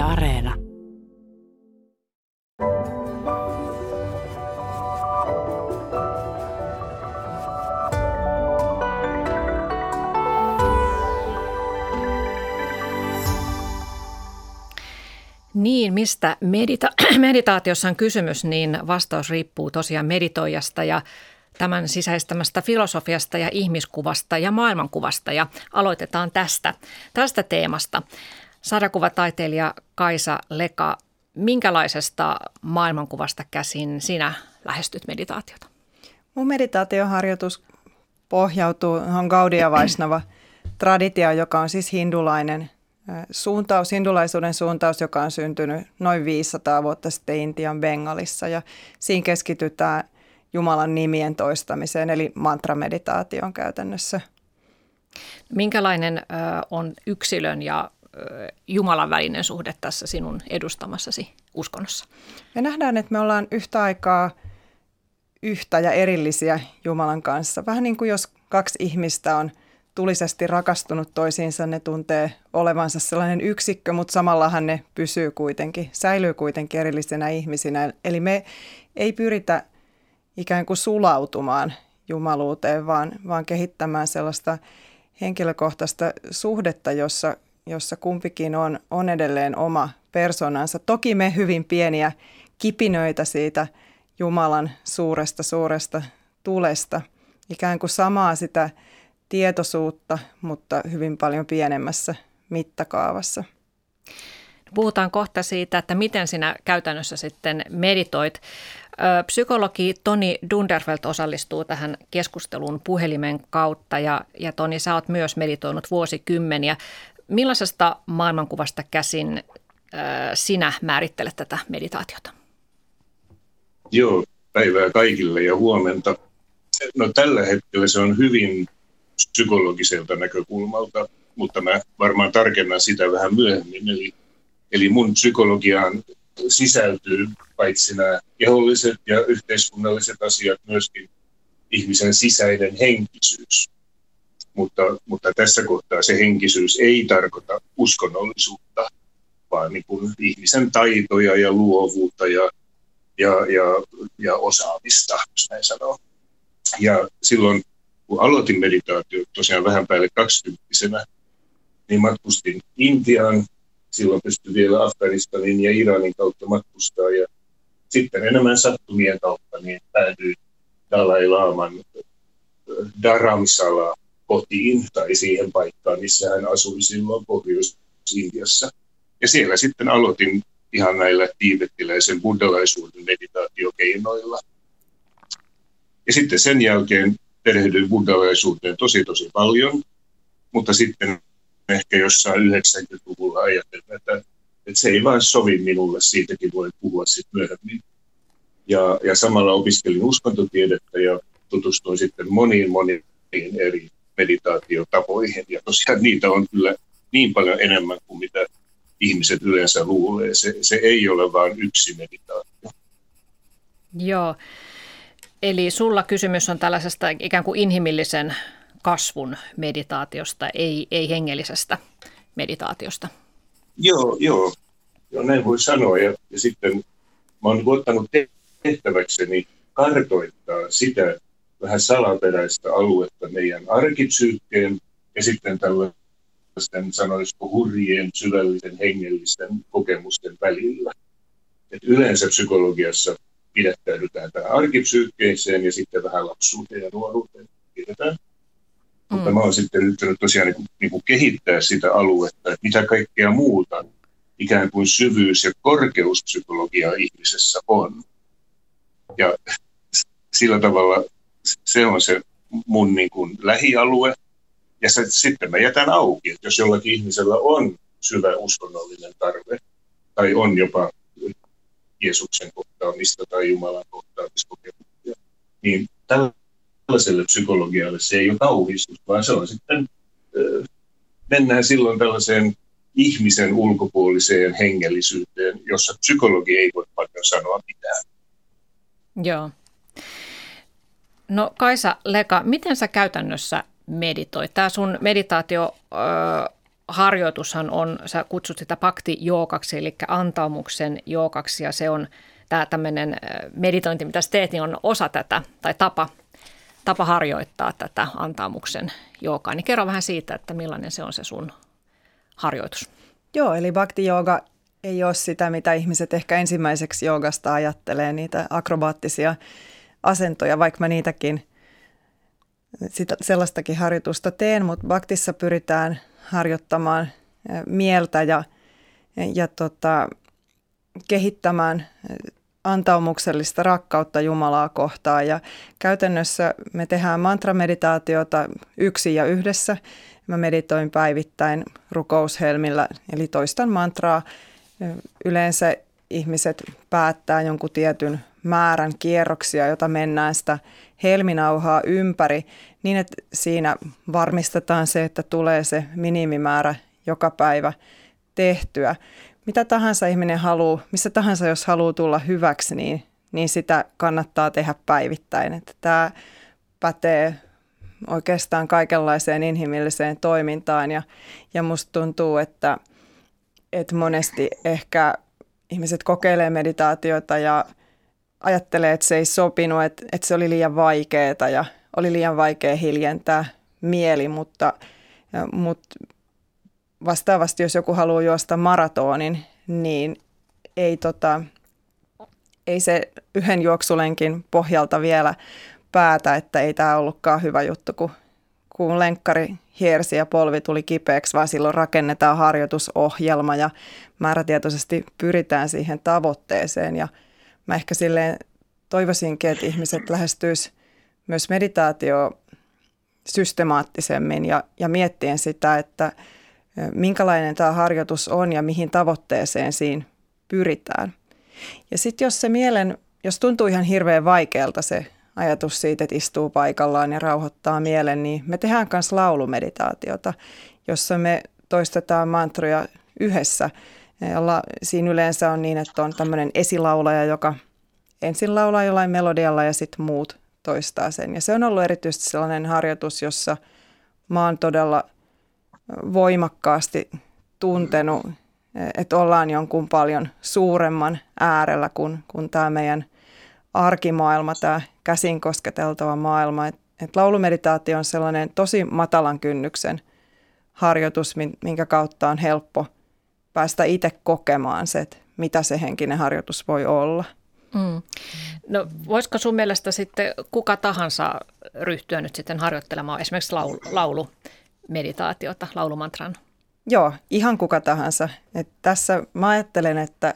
Areena. Niin, mistä meditaatiossa on kysymys, niin vastaus riippuu tosiaan meditoijasta ja tämän sisäistämästä filosofiasta ja ihmiskuvasta ja maailmankuvasta. Ja aloitetaan tästä teemasta. Sarjakuvataiteilija Kaisa Leka, minkälaisesta maailmankuvasta käsin sinä lähestyt meditaatiota? Mun meditaatioharjoitus pohjautuu Gaudiya Vaishnava traditioon, joka on siis hindulainen suuntaus, hindulaisuuden suuntaus, joka on syntynyt noin 500 vuotta sitten Intian Bengalissa. Ja siinä keskitytään Jumalan nimien toistamiseen, eli mantrameditaation käytännössä. Minkälainen on yksilön ja Jumalan välinen suhde tässä sinun edustamassasi uskonnossa? Me nähdään, että me ollaan yhtä aikaa yhtä ja erillisiä Jumalan kanssa. Vähän niin kuin jos kaksi ihmistä on tulisesti rakastunut toisiinsa, ne tuntee olevansa sellainen yksikkö, mutta samallahan ne säilyy kuitenkin erillisenä ihmisinä. Eli me ei pyritä ikään kuin sulautumaan jumaluuteen, vaan kehittämään sellaista henkilökohtaista suhdetta, jossa kumpikin on edelleen oma persoonansa. Toki me hyvin pieniä kipinöitä siitä Jumalan suuresta tulesta, ikään kuin samaa sitä tietoisuutta, mutta hyvin paljon pienemmässä mittakaavassa. Puhutaan kohta siitä, että miten sinä käytännössä sitten meditoit. Psykologi Toni Dunderfeld osallistuu tähän keskusteluun puhelimen kautta ja Toni, sä oot myös meditoinut vuosikymmeniä. Millaisesta maailmankuvasta käsin sinä määrittelet tätä meditaatiota? Joo, päivää kaikille ja huomenta. No tällä hetkellä se on hyvin psykologiselta näkökulmalta, mutta mä varmaan tarkennan sitä vähän myöhemmin. Eli mun psykologiaan sisältyy paitsi nämä keholliset ja yhteiskunnalliset asiat, myöskin ihmisen sisäinen henkisyys. Mutta tässä kohtaa se henkisyys ei tarkoita uskonnollisuutta, vaan niin kuin ihmisen taitoja ja luovuutta ja osaamista, jos näin sanoo. Ja silloin, kun aloitin meditaatio tosiaan vähän päälle 20-vuotiaana, niin matkustin Intiaan. Silloin pystyi vielä Afganistanin ja Iranin kautta matkustaa. Ja sitten enemmän sattumien kautta niin päädyin Dalai Laman Dharamsala kotiin tai siihen paikkaan, missä hän asui silloin Pohjois-Intiassa. Ja siellä sitten aloitin ihan näillä tiibettiläisen buddhalaisuuden meditaatiokeinoilla. Ja sitten sen jälkeen perehdyin buddhalaisuuteen tosi paljon, mutta sitten ehkä jossain 90-luvulla ajattelin, että se ei vaan sovi minulle, siitäkin voi puhua sitten myöhemmin. Ja samalla opiskelin uskontotiedettä ja tutustuin sitten moniin eri meditaatiotapoihin. Ja tosiaan niitä on kyllä niin paljon enemmän kuin mitä ihmiset yleensä luulee. Se ei ole vain yksi meditaatio. Joo, eli sulla kysymys on tällaisesta ikään kuin inhimillisen kasvun meditaatiosta, ei hengellisestä meditaatiosta. Joo, näin voi sanoa. Ja sitten mä oon ottanut tehtäväkseni kartoittaa sitä vähän salaperäistä aluetta meidän arkipsyykkeen ja sitten tällaisten, sanoisiko, hurjien, syvällisen, hengellisten kokemusten välillä. Et yleensä psykologiassa pidättäydytään tähän arkipsyykkeeseen ja sitten vähän lapsuuteen ja nuoruuteen pidetään. Mutta mä oon sitten yrittänyt tosiaan niin kuin kehittää sitä aluetta, että mitä kaikkea muuta ikään kuin syvyys- ja korkeuspsykologia ihmisessä on. Ja sillä tavalla se on se mun niin kuin lähialue. Ja sitten mä jätän auki, että jos jollakin ihmisellä on syvä uskonnollinen tarve tai on jopa Jeesuksen kohtaamista tai Jumalan kohtaamiskokemuksia, niin tällaiselle psykologialle se ei ole kauhistus, vaan se on sitten, mennään silloin tällaiseen ihmisen ulkopuoliseen hengellisyyteen, jossa psykologi ei voi paljon sanoa mitään. Joo. No Kaisa Leka, miten sä käytännössä meditoit? Tämä sun meditaatio harjoitushan on, sä kutsut sitä bhakti-joogaksi, eli antaumuksen joogaksi, ja se on tämä tämmöinen meditointi, mitä sä teet, niin on osa tätä, tai tapa harjoittaa tätä antaumuksen joogaa. Niin kerro vähän siitä, että millainen se on se sun harjoitus. Joo, eli bhakti-jooga ei ole sitä, mitä ihmiset ehkä ensimmäiseksi joogasta ajattelee, niitä akrobaattisia asentoja, vaikka mä niitäkin, sellaistakin harjoitusta teen, mutta bhaktissa pyritään harjoittamaan mieltä ja kehittämään antaumuksellista rakkautta Jumalaa kohtaan. Ja käytännössä me tehdään mantrameditaatiota yksin ja yhdessä. Mä meditoin päivittäin rukoushelmillä, eli toistan mantraa. Yleensä ihmiset päättää jonkun tietyn määrän kierroksia, jota mennään sitä helminauhaa ympäri, niin että siinä varmistetaan se, että tulee se minimimäärä joka päivä tehtyä. Mitä tahansa ihminen haluaa, missä tahansa jos haluaa tulla hyväksi, niin sitä kannattaa tehdä päivittäin. Että tämä pätee oikeastaan kaikenlaiseen inhimilliseen toimintaan ja musta tuntuu, että monesti ehkä ihmiset kokeilee meditaatiota ja ajattelee, että se ei sopinut, että se oli liian vaikeaa ja oli liian vaikea hiljentää mieli, mutta vastaavasti, jos joku haluaa juosta maratonin, niin ei se yhden juoksulenkin pohjalta vielä päätä, että ei tämä ollutkaan hyvä juttu, kun lenkkari hiersi ja polvi tuli kipeäksi, vaan silloin rakennetaan harjoitusohjelma ja määrätietoisesti pyritään siihen tavoitteeseen. Ja mä ehkä silleen toivoisinkin, että ihmiset lähestyis myös meditaatio systemaattisemmin ja miettien sitä, että minkälainen tämä harjoitus on ja mihin tavoitteeseen siinä pyritään. Ja sitten jos tuntuu ihan hirveän vaikealta se ajatus siitä, että istuu paikallaan ja rauhoittaa mielen, niin me tehdään myös laulumeditaatiota, jossa me toistetaan mantroja yhdessä. Siinä yleensä on niin, että on tämmöinen esilaulaja, joka ensin laulaa jollain melodialla ja sitten muut toistaa sen. Ja se on ollut erityisesti sellainen harjoitus, jossa mä oon todella voimakkaasti tuntenut, että ollaan jonkun paljon suuremman äärellä kuin tämä meidän arkimaailma, tämä käsin kosketeltava maailma. Et laulumeditaatio on sellainen tosi matalan kynnyksen harjoitus, minkä kautta on helppo päästä itse kokemaan se, että mitä se henkinen harjoitus voi olla. No voisiko sun mielestä sitten kuka tahansa ryhtyä nyt sitten harjoittelemaan esimerkiksi laulumeditaatiota, laulumantran? Joo, ihan kuka tahansa. Et tässä mä ajattelen, että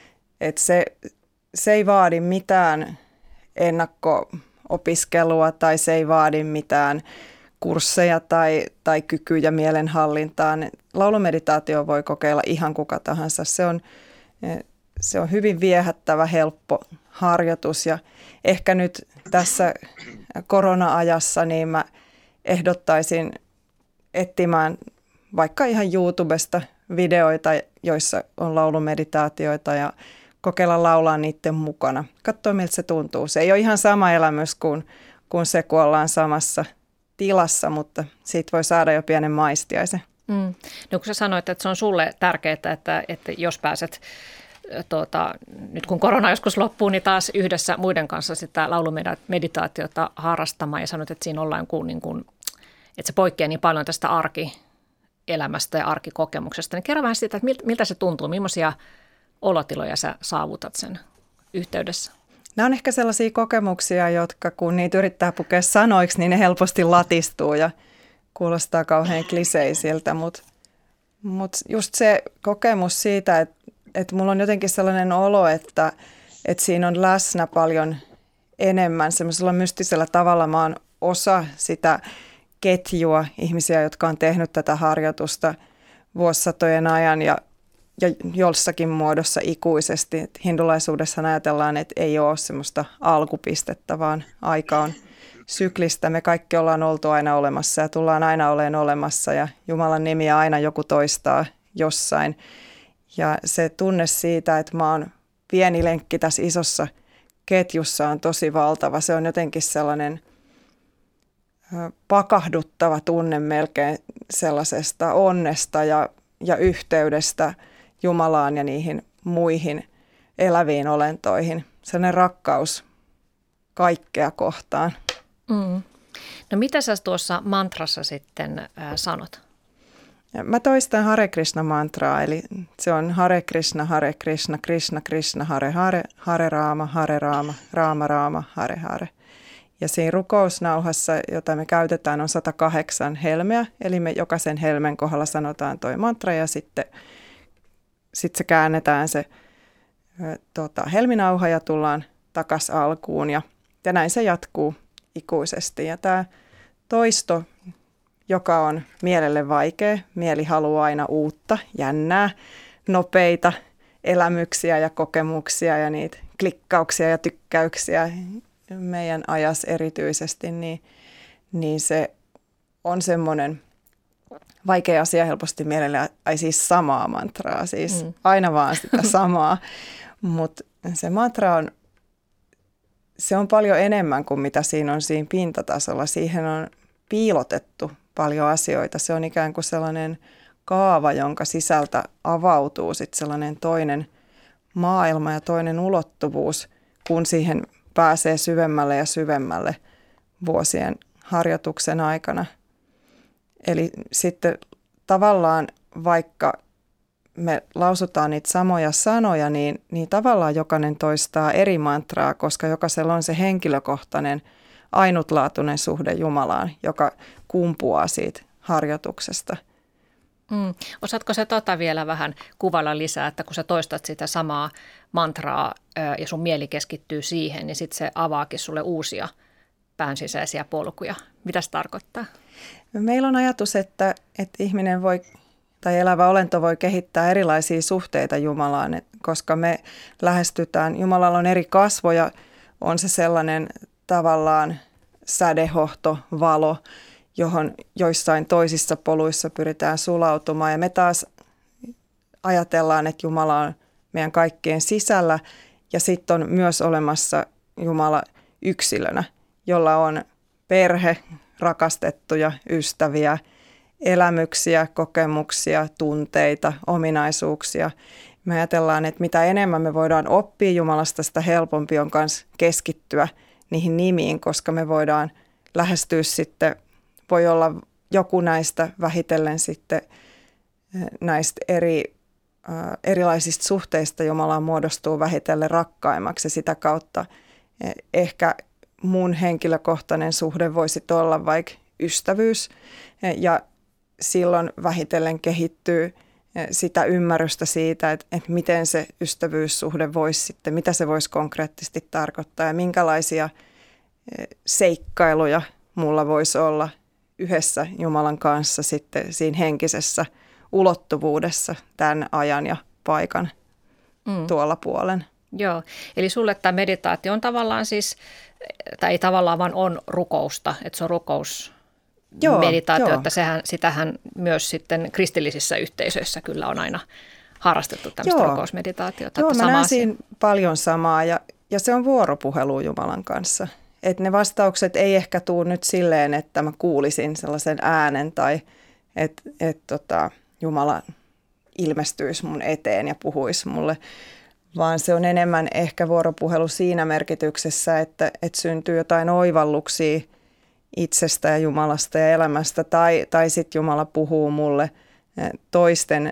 se ei vaadi mitään ennakko-opiskelua tai se ei vaadi mitään kursseja tai kykyjä mielenhallintaan. Laulumeditaatio voi kokeilla ihan kuka tahansa. Se on hyvin viehättävä, helppo harjoitus ja ehkä nyt tässä korona-ajassa niin mä ehdottaisin etsimään vaikka ihan YouTubesta videoita, joissa on laulumeditaatioita ja kokeilla laulaa niiden mukana. Katsoa, miltä se tuntuu. Se ei ole ihan sama elämys kuin se, kun ollaan samassa tilassa, mutta siitä voi saada jo pienen maistiaisen. No kun sä sanoit, että se on sulle tärkeää, että jos pääset nyt kun korona joskus loppuu, niin taas yhdessä muiden kanssa sitä laulumeditaatiota harrastamaan ja sanoit, että siinä ollaan että se poikkeaa niin paljon tästä arkielämästä ja arkikokemuksesta. Niin kerro vähän siitä, että miltä se tuntuu, millaisia olotiloja sä saavutat sen yhteydessä? Nämä on ehkä sellaisia kokemuksia, jotka kun niitä yrittää pukea sanoiksi, niin ne helposti latistuu ja kuulostaa kauhean kliseisiltä, mutta just se kokemus siitä, että mulla on jotenkin sellainen olo, että siinä on läsnä paljon enemmän semmoisella mystisellä tavalla. Mä oon osa sitä ketjua ihmisiä, jotka on tehnyt tätä harjoitusta vuosisatojen ajan ja jossakin muodossa ikuisesti. Et hindulaisuudessa ajatellaan, että ei ole semmoista alkupistettä, vaan aika on syklistä. Me kaikki ollaan oltu aina olemassa ja tullaan aina olemaan olemassa ja Jumalan nimiä aina joku toistaa jossain. Ja se tunne siitä, että mä oon pieni lenkki tässä isossa ketjussa on tosi valtava. Se on jotenkin sellainen pakahduttava tunne melkein sellaisesta onnesta ja yhteydestä Jumalaan ja niihin muihin eläviin olentoihin. Sellainen rakkaus kaikkea kohtaan. Mm. No mitä sä tuossa mantrassa sitten sanot? Mä toistan Hare Krishna-mantraa, eli se on Hare Krishna, Krishna Krishna, Hare Hare, Hare Rama, Rama Rama, Hare Hare. Ja siinä rukousnauhassa, jota me käytetään, on 108 helmeä, eli me jokaisen helmen kohdalla sanotaan toi mantra ja sitten se käännetään se helminauha ja tullaan takas alkuun ja näin se jatkuu ikuisesti. Ja tämä toisto, joka on mielelle vaikea, mieli haluaa aina uutta, jännää, nopeita elämyksiä ja kokemuksia ja niitä klikkauksia ja tykkäyksiä meidän ajassa erityisesti, niin se on semmoinen vaikea asia helposti mielelle, siis samaa mantraa, siis aina vaan sitä samaa, mutta se mantra se on paljon enemmän kuin mitä siinä on siinä pintatasolla. Siihen on piilotettu paljon asioita. Se on ikään kuin sellainen kaava, jonka sisältä avautuu sitten sellainen toinen maailma ja toinen ulottuvuus, kun siihen pääsee syvemmälle ja syvemmälle vuosien harjoituksen aikana. Eli sitten tavallaan vaikka me lausutaan niitä samoja sanoja, niin tavallaan jokainen toistaa eri mantraa, koska jokaisella on se henkilökohtainen ainutlaatuinen suhde Jumalaan, joka kumpuaa siitä harjoituksesta. Osaatko sä vielä vähän kuvailla lisää, että kun sä toistat sitä samaa mantraa ja sun mieli keskittyy siihen, niin sitten se avaakin sulle uusia päänsisäisiä polkuja. Mitä se tarkoittaa? Meillä on ajatus, että ihminen voi tai elävä olento voi kehittää erilaisia suhteita Jumalaan, koska me lähestytään, Jumalalla on eri kasvoja, on se sellainen tavallaan sädehohto, valo, johon joissain toisissa poluissa pyritään sulautumaan. Ja me taas ajatellaan, että Jumala on meidän kaikkien sisällä ja sitten on myös olemassa Jumala yksilönä, jolla on perhe, rakastettuja ystäviä, elämyksiä, kokemuksia, tunteita, ominaisuuksia. Me ajatellaan, että mitä enemmän me voidaan oppia Jumalasta, sitä helpompi on myös keskittyä niihin nimiin, koska me voidaan lähestyä sitten, voi olla joku näistä vähitellen sitten näistä erilaisista suhteista Jumalaan muodostuu vähitellen rakkaimmaksi ja sitä kautta ehkä mun henkilökohtainen suhde voisi olla vaikka ystävyys ja silloin vähitellen kehittyy sitä ymmärrystä siitä, että miten se ystävyyssuhde voisi sitten, mitä se voisi konkreettisesti tarkoittaa ja minkälaisia seikkailuja mulla voisi olla yhdessä Jumalan kanssa sitten siinä henkisessä ulottuvuudessa tämän ajan ja paikan tuolla puolen. Joo, eli sulle tämä meditaatio on tavallaan siis, tai ei tavallaan vaan on rukousta, että se on rukousmeditaatio, että sitähän myös sitten kristillisissä yhteisöissä kyllä on aina harrastettu tämmöistä rukousmeditaatiota. Joo, mä näen siinä paljon samaa ja se on vuoropuhelu Jumalan kanssa. Että ne vastaukset ei ehkä tule nyt silleen, että mä kuulisin sellaisen äänen tai että Jumala ilmestyisi mun eteen ja puhuisi mulle, vaan se on enemmän ehkä vuoropuhelu siinä merkityksessä, että syntyy jotain oivalluksia itsestä ja Jumalasta ja elämästä tai sitten Jumala puhuu mulle toisten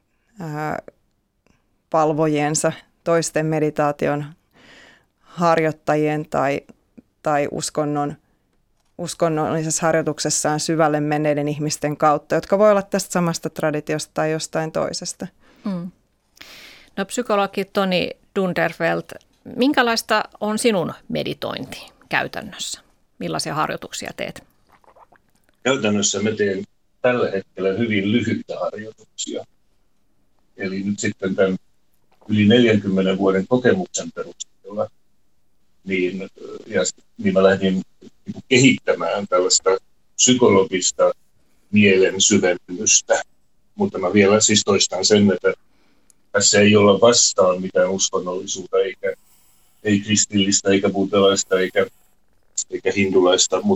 palvojiensa, toisten meditaation harjoittajien tai uskonnollisessa harjoituksessaan syvälle menneiden ihmisten kautta, jotka voi olla tästä samasta traditiosta tai jostain toisesta. No psykologi Toni Dundervelt, minkälaista on sinun meditointi käytännössä? Millaisia harjoituksia teet? Käytännössä mä teen tällä hetkellä hyvin lyhyitä harjoituksia. Eli nyt sitten tämän yli 40 vuoden kokemuksen perusteella, niin mä lähdin kehittämään tällaista psykologista mielen syvennystä. Mutta mä vielä siis toistan sen, että tässä ei olla vastaan mitään uskonnollisuutta, ei kristillistä, eikä buddhalaista, eikä hindulaista, mutta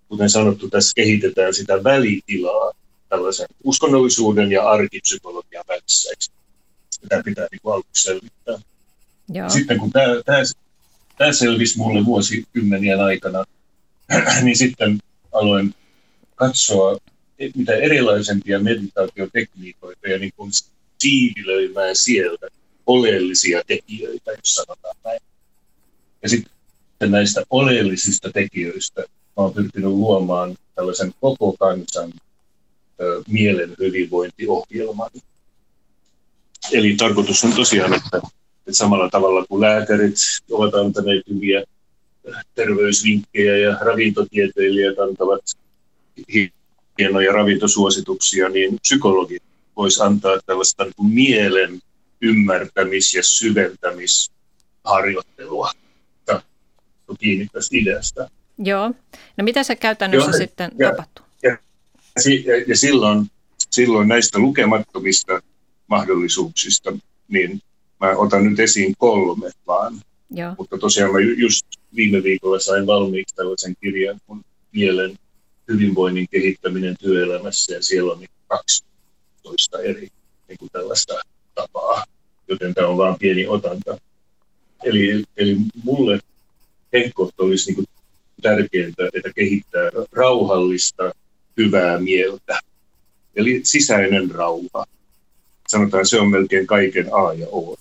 kuten sanottu, tässä kehitetään sitä välitilaa tällaisen uskonnollisuuden ja arkipsykologian välissä. Tämä pitää niin aluksi selvittää. Joo. Sitten kun tämä selvisi mulle vuosikymmenien aikana, niin sitten aloin katsoa mitä erilaisempia meditaatiotekniikoita ja niin kuin siivilöimään sieltä oleellisia tekijöitä, jos sanotaan näin. Ja sitten näistä oleellisista tekijöistä mä olen pyrkinyt luomaan tällaisen koko kansan mielen hyvinvointiohjelman. Eli tarkoitus on tosiaan, että samalla tavalla kuin lääkärit ovat antaneet hyviä terveysvinkkejä ja ravintotieteilijät antavat hienoja ravintosuosituksia, niin psykologi voisi antaa tällaista niin kuin mielen ymmärtämis- ja syventämisharjoittelua. Kiinni tästä ideasta. Joo. No mitä se käytännössä sitten tapahtuu? Ja silloin näistä lukemattomista mahdollisuuksista, niin mä otan nyt esiin 3 vaan. Joo. Mutta tosiaan mä just viime viikolla sain valmiiksi tällaisen kirjan kun mielen hyvinvoinnin kehittäminen työelämässä, ja siellä on 12 eri niin kuin tällaista tapaa, joten tämä on vain pieni otanta. Eli mulle henkkohto olisi niin kuin tärkeintä, että kehittää rauhallista, hyvää mieltä. Eli sisäinen rauha. Sanotaan, se on melkein kaiken A ja O.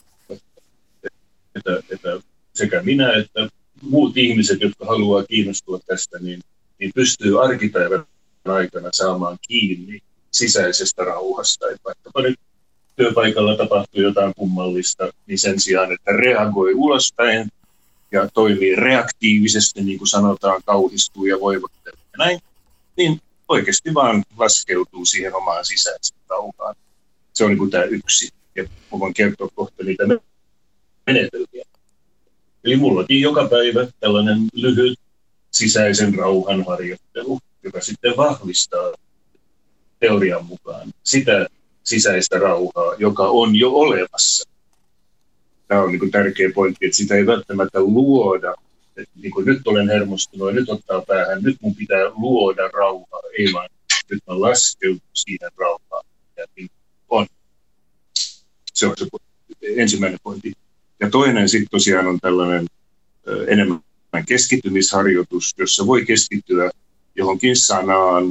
Että sekä minä että muut ihmiset, jotka haluaa kiinnostua tästä, niin pystyy arkipäivän aikana saamaan kiinni sisäisestä rauhasta. Että vaikkapa nyt työpaikalla tapahtuu jotain kummallista, niin sen sijaan, että reagoi ulospäin ja toimii reaktiivisesti, niin kuin sanotaan, kauhistuu ja voivottelee ja näin, niin oikeasti vaan laskeutuu siihen omaan sisäiseen rauhaan. Se on niin kuin tämä yksi, ja voin kertoa kohta niitä menetelmiä. Eli mullakin joka päivä tällainen lyhyt sisäisen rauhan harjoittelu, joka sitten vahvistaa teorian mukaan sitä sisäistä rauhaa, joka on jo olemassa. Tämä on niin kuin tärkeä pointti, että sitä ei välttämättä luoda. Että niin kuin nyt olen hermostunut ja nyt ottaa päähän, nyt mun pitää luoda rauhaa. Ei vaan, nyt mä laskeudun siihen rauhaan. Ja niin on. Se on se ensimmäinen pointti. Ja toinen sitten tosiaan on tällainen enemmän keskittymisharjoitus, jossa voi keskittyä johonkin sanaan,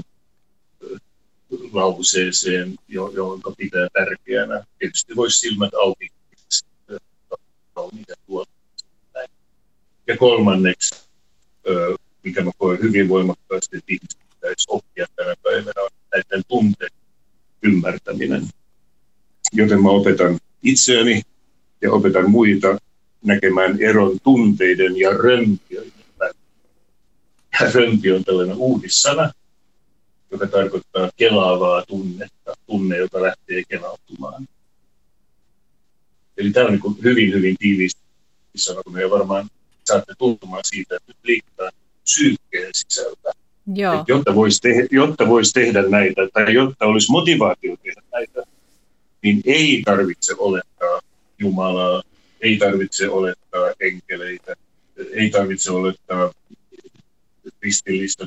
lauseeseen, jonka pitää tärkeänä. Tietysti voisi silmät auki. Ja kolmanneksi, mikä mä koen hyvin voimakkaasti, että ihmiset pitäisi oppia tänä päivänä, on näiden tunteiden ymmärtäminen. Joten mä opetan itseäni ja opetan muita näkemään eron tunteiden ja römpiöiden välillä. Ja römpi on tällainen uudissana, joka tarkoittaa kelaavaa tunnetta, tunne, joka lähtee kelautumaan. Eli tämä on niin kuin hyvin, hyvin tiiviisti sanottu, ja varmaan saatte tuntumaan siitä, että nyt liikutaan psyykkeen sisältä. Jotta voisi tehdä näitä, tai jotta olisi motivaatio tehdä näitä, niin ei tarvitse olettaa Jumalaa, ei tarvitse olettaa enkeleitä, ei tarvitse olettaa kristillistä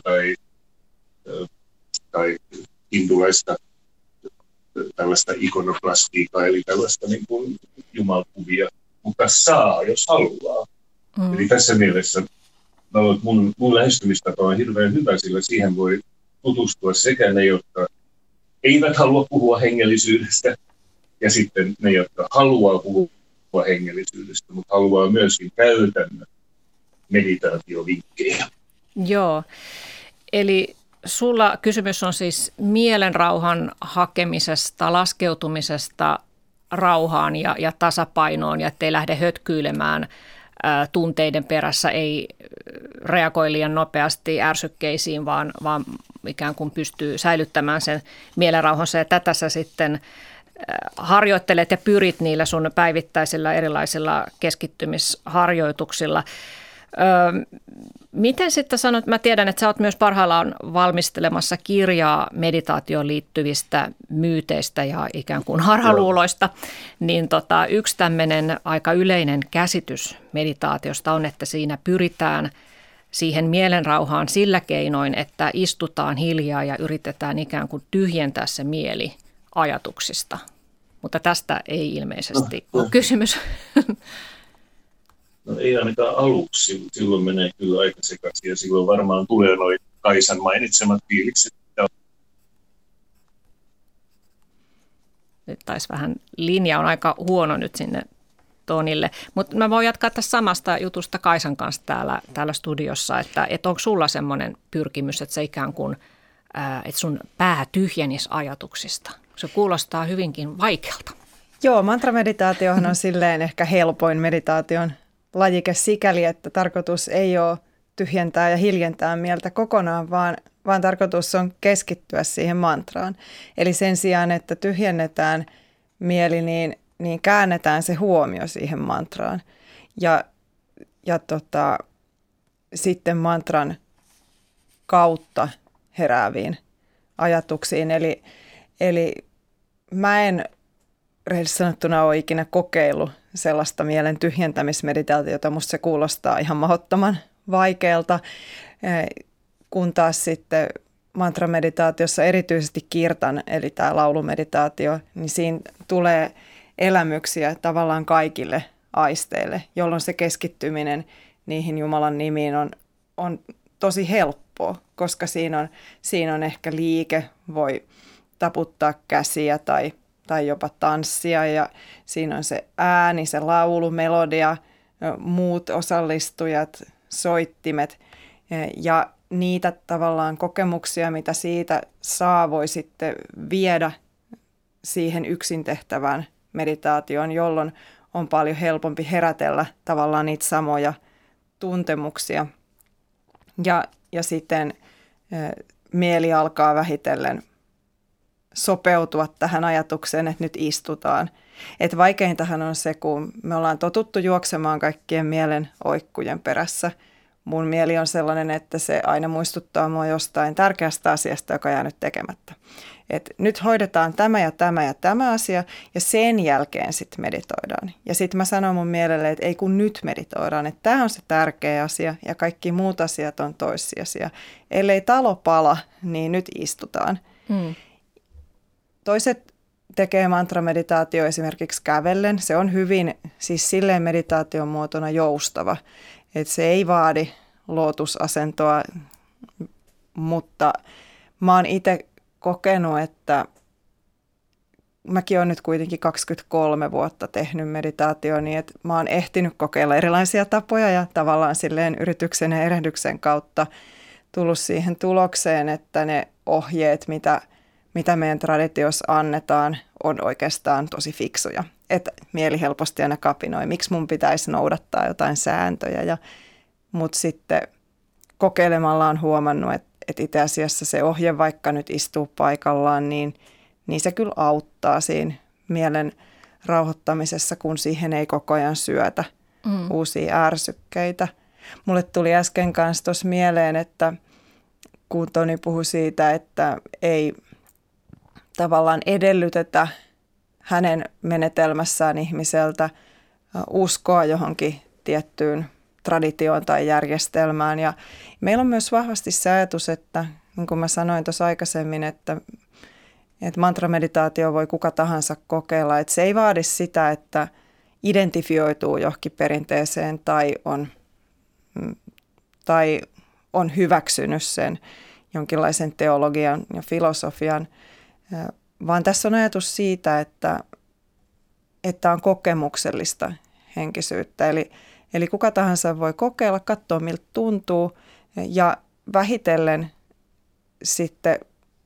tai hindulaista tällaista ikonoklastiikkaa, eli tällaista niin kuin jumalkuvia, mutta saa, jos haluaa. Eli tässä mielessä mun lähestymistapa on hirveän hyvä, sillä siihen voi tutustua sekä ne, jotka eivät halua puhua hengellisyydestä, ja sitten ne, jotka haluaa puhua hengellisyydestä, mutta haluaa myöskin käytännön meditaatiovinkkejä. Joo, eli sulla kysymys on siis mielenrauhan hakemisesta, laskeutumisesta rauhaan ja tasapainoon, ja ettei lähde hötkyilemään tunteiden perässä, ei reagoi liian nopeasti ärsykkeisiin, vaan ikään kuin pystyy säilyttämään sen mielenrauhansa, ja tätä sä sitten harjoittelet ja pyrit niillä sun päivittäisillä erilaisilla keskittymisharjoituksilla. Miten sitten sanot, mä tiedän, että sä oot myös parhaillaan valmistelemassa kirjaa meditaatioon liittyvistä myyteistä ja ikään kuin harhaluuloista, niin yksi tämmöinen aika yleinen käsitys meditaatiosta on, että siinä pyritään siihen mielenrauhaan sillä keinoin, että istutaan hiljaa ja yritetään ikään kuin tyhjentää se mieli ajatuksista. Mutta tästä ei ilmeisesti ole kysymys. No ei ainakaan aluksi. Silloin menee kyllä aika sekaisin ja silloin varmaan tulee noin Kaisan mainitsemat fiilikset. Nyt taisi vähän, linja on aika huono nyt sinne Tonille. Mutta mä voin jatkaa tästä samasta jutusta Kaisan kanssa täällä studiossa, että onko sulla semmoinen pyrkimys, että se ikään kuin, että sun pää tyhjenisi ajatuksista? Se kuulostaa hyvinkin vaikealta. Joo, mantrameditaatiohan on silleen ehkä helpoin meditaation lajike sikäli, että tarkoitus ei ole tyhjentää ja hiljentää mieltä kokonaan, vaan tarkoitus on keskittyä siihen mantraan. Eli sen sijaan, että tyhjennetään mieli, niin käännetään se huomio siihen mantraan. Ja sitten mantran kautta herääviin ajatuksiin. Eli mä en rehellisesti sanottuna ole ikinä kokeillut sellaista mielen tyhjentämismeditaatiota. Musta se kuulostaa ihan mahdottoman vaikealta, kun taas sitten mantrameditaatiossa erityisesti kirtan, eli tämä laulumeditaatio, niin siinä tulee elämyksiä tavallaan kaikille aisteille, jolloin se keskittyminen niihin Jumalan nimiin on tosi helppoa, koska siinä on ehkä liike, voi taputtaa käsiä tai jopa tanssia ja siinä on se ääni, se laulu, melodia, muut osallistujat, soittimet ja niitä tavallaan kokemuksia, mitä siitä saa, voi sitten viedä siihen yksin tehtävään meditaatioon, jolloin on paljon helpompi herätellä tavallaan niitä samoja tuntemuksia. Ja sitten mieli alkaa vähitellen sopeutua tähän ajatukseen, että nyt istutaan. Et vaikeintahan on se, kun me ollaan totuttu juoksemaan kaikkien mielen oikkujen perässä. Mun mieli on sellainen, että se aina muistuttaa mua jostain tärkeästä asiasta, joka on jäänyt tekemättä. Et nyt hoidetaan tämä ja tämä ja tämä asia ja sen jälkeen sitten meditoidaan. Ja sitten mä sanon mun mielelle, että ei kun nyt meditoidaan, että tämä on se tärkeä asia ja kaikki muut asiat on toissijaisia. Ellei talo pala, niin nyt istutaan. Toiset tekee mantrameditaatio esimerkiksi kävellen. Se on hyvin, siis silleen meditaation muotona joustava. Että se ei vaadi lootusasentoa, mutta mä oon itse kokenut, että mäkin olen nyt kuitenkin 23 vuotta tehnyt meditaatioon, niin että mä oon ehtinyt kokeilla erilaisia tapoja ja tavallaan silleen yrityksen ja erehdyksen kautta tullut siihen tulokseen, että ne ohjeet, mitä meidän traditiossa annetaan, on oikeastaan tosi fiksuja. Että mieli helposti aina kapinoi, miksi mun pitäisi noudattaa jotain sääntöjä. Mutta sitten kokeilemalla on huomannut, että itse asiassa se ohje, vaikka nyt istuu paikallaan, niin se kyllä auttaa siinä mielen rauhoittamisessa, kun siihen ei koko ajan syötä uusia ärsykkeitä. Mulle tuli äsken kanssa tuossa mieleen, että kun Toni puhui siitä, että ei tavallaan edellytetä hänen menetelmässään ihmiseltä uskoa johonkin tiettyyn traditioon tai järjestelmään. Ja meillä on myös vahvasti se ajatus, että niin kuin mä sanoin tuossa aikaisemmin, että mantrameditaatio voi kuka tahansa kokeilla. Että se ei vaadi sitä, että identifioituu johonkin perinteeseen tai on hyväksynyt sen jonkinlaisen teologian ja filosofian, vaan tässä on ajatus siitä, että on kokemuksellista henkisyyttä. Eli kuka tahansa voi kokeilla, katsoa miltä tuntuu ja vähitellen sitten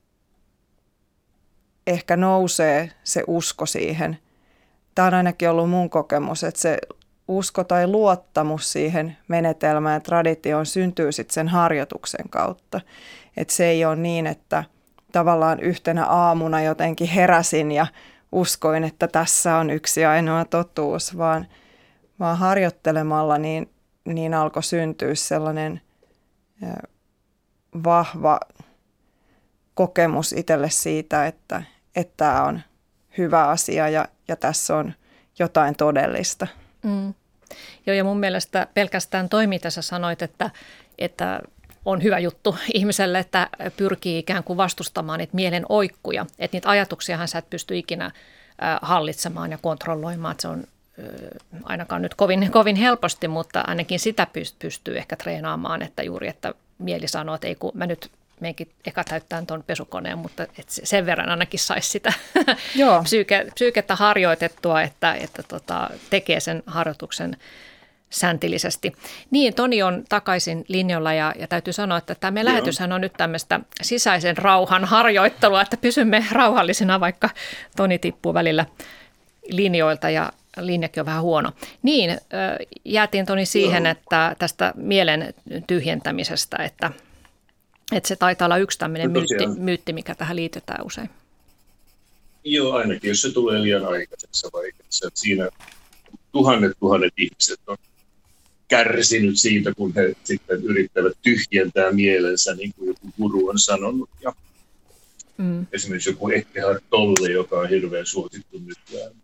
ehkä nousee se usko siihen. Tämä on ainakin ollut mun kokemus, että se usko tai luottamus siihen menetelmään ja traditioon syntyy sitten sen harjoituksen kautta. Että se ei ole niin, että tavallaan yhtenä aamuna jotenkin heräsin ja uskoin, että tässä on yksi ainoa totuus, vaan harjoittelemalla niin alkoi syntyä sellainen vahva kokemus itselle siitä, että tämä on hyvä asia ja tässä on jotain todellista. Joo, ja mun mielestä pelkästään toi, mitä sä sanoit, että että on hyvä juttu ihmiselle, että pyrkii ikään kuin vastustamaan niitä mielen oikkuja. Että niitä ajatuksiahan sä et pysty ikinä hallitsemaan ja kontrolloimaan. Että se on ainakaan nyt kovin helposti, mutta ainakin sitä pystyy ehkä treenaamaan, että juuri, että mieli sanoo, että ei kun mä nyt menenkin eka täyttään tuon pesukoneen, mutta sen verran ainakin saisi sitä psyykettä harjoitettua, että tekee sen harjoituksen säntillisesti. Niin, Toni on takaisin linjoilla ja täytyy sanoa, että tämä meidän lähetyshän on nyt tämmöistä sisäisen rauhan harjoittelua, että pysymme rauhallisina, vaikka Toni tippuu välillä linjoilta ja linjakin on vähän huono. Niin, jäätiin Toni siihen, että tästä mielen tyhjentämisestä, että se taitaa olla yksi tämmöinen myytti, mikä tähän liitetään usein. Joo, ainakin jos se tulee liian aikaisessa vaiheessa. Siinä tuhannet ihmiset on kärsinyt siitä, kun he sitten yrittävät tyhjentää mielensä, niin kuin joku guru on sanonut. Ja esimerkiksi joku Eckhart Tolle, joka on hirveän suosittu nykyään,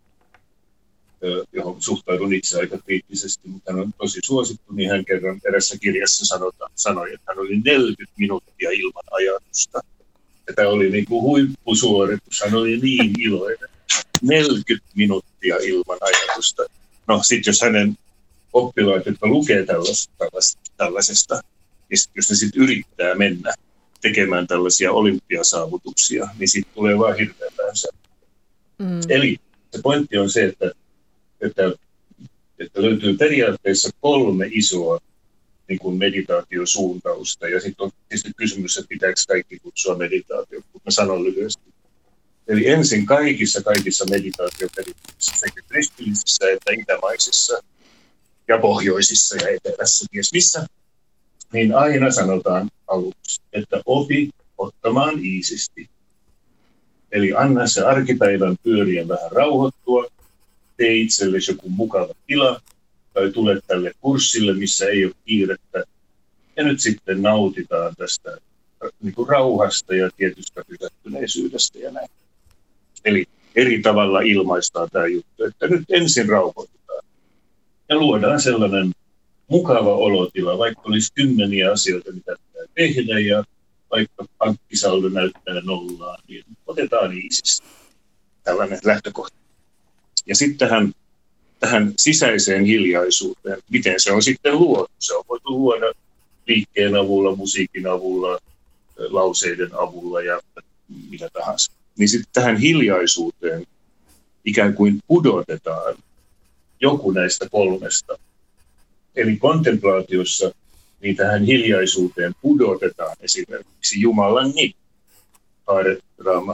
johon suhtaudun itse aika kriittisesti, mutta hän on tosi suosittu, niin hän kerran erässä kirjassa sanoi, että hän oli 40 minuuttia ilman ajatusta. Ja tämä oli niin kuin huippusuoritus, hän oli niin iloinen. 40 minuuttia ilman ajatusta. No sitten jos hänen oppilaat, jotka lukee tällaisesta, jos ne sitten yrittää mennä tekemään tällaisia olympiasaavutuksia, niin siitä tulee vaan hirveän päänsä. Eli se pointti on se, että löytyy periaatteessa 3 isoa niin kuin meditaatiosuuntausta, ja sitten on tietysti kysymys, että pitääkö kaikki kutsua meditaatio, mutta mä sanon lyhyesti. Eli ensin kaikissa meditaatioperinteisissä, sekä kristillisissä että itämaisissa ja pohjoisissa ja etelässä, ties missä, niin aina sanotaan aluksi, että opi ottamaan iisisti. Eli anna se arkipäivän pyörien vähän rauhoittua, tee itsellesi joku mukava tila, tai tule tälle kurssille, missä ei ole kiirettä, ja nyt sitten nautitaan tästä niin kuin rauhasta ja tietystä pysähtyneisyydestä ja näin. Eli eri tavalla ilmaistaan tämä juttu, että nyt ensin rauhoitetaan ja luodaan sellainen mukava olotila, vaikka olisi 10 asioita, mitä pitää tehdä, ja vaikka pankkisaldo näyttää nollaan, niin otetaan iisisti. Tällainen lähtökohta. Ja sitten tähän sisäiseen hiljaisuuteen, miten se on sitten luotu. Se on voitu luoda liikkeen avulla, musiikin avulla, lauseiden avulla ja mitä tahansa. Niin sitten tähän hiljaisuuteen ikään kuin pudotetaan joku näistä 3. Eli kontemplaatiossa niin tähän hiljaisuuteen pudotetaan esimerkiksi Jumalan nimi. Hare Rama,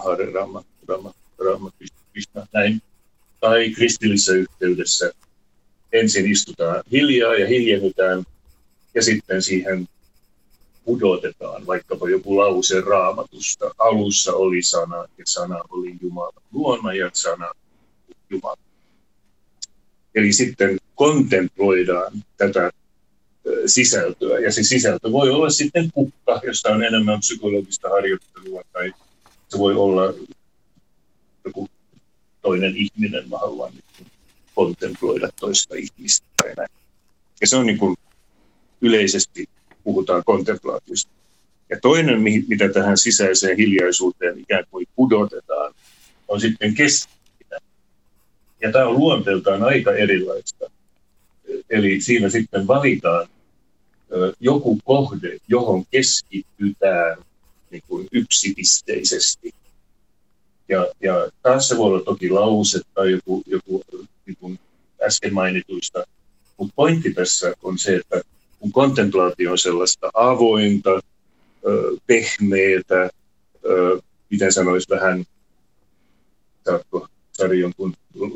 Rama, Krishna, näin. Tai kristillisessä yhteydessä ensin istutaan hiljaa ja hiljennytään ja sitten siihen pudotetaan vaikkapa joku lause Raamatusta. Alussa oli sana ja sana oli Jumalan luona ja sana Jumala. Eli sitten kontemploidaan tätä sisältöä ja se sisältö voi olla sitten kukka, josta on enemmän psykologista harjoittelua tai se voi olla joku toinen ihminen, mä haluan kontemploida toista ihmistä tai näin. Ja se on niin kuin yleisesti puhutaan kontemplaatiosta. Ja toinen, mitä tähän sisäiseen hiljaisuuteen ikään kuin pudotetaan, on sitten keskittyminen. Ja tämä on luonteeltaan aika erilaista. Eli siinä sitten valitaan joku kohde, johon keskitytään niin kuin yksipisteisesti. Ja taas se voi olla toki lause tai joku niin kuin äsken mainituista. Mutta pointti tässä on se, että kun kontemplaatio on sellaista avointa, pehmeätä, miten sanoisi vähän, saatko Sari jonkun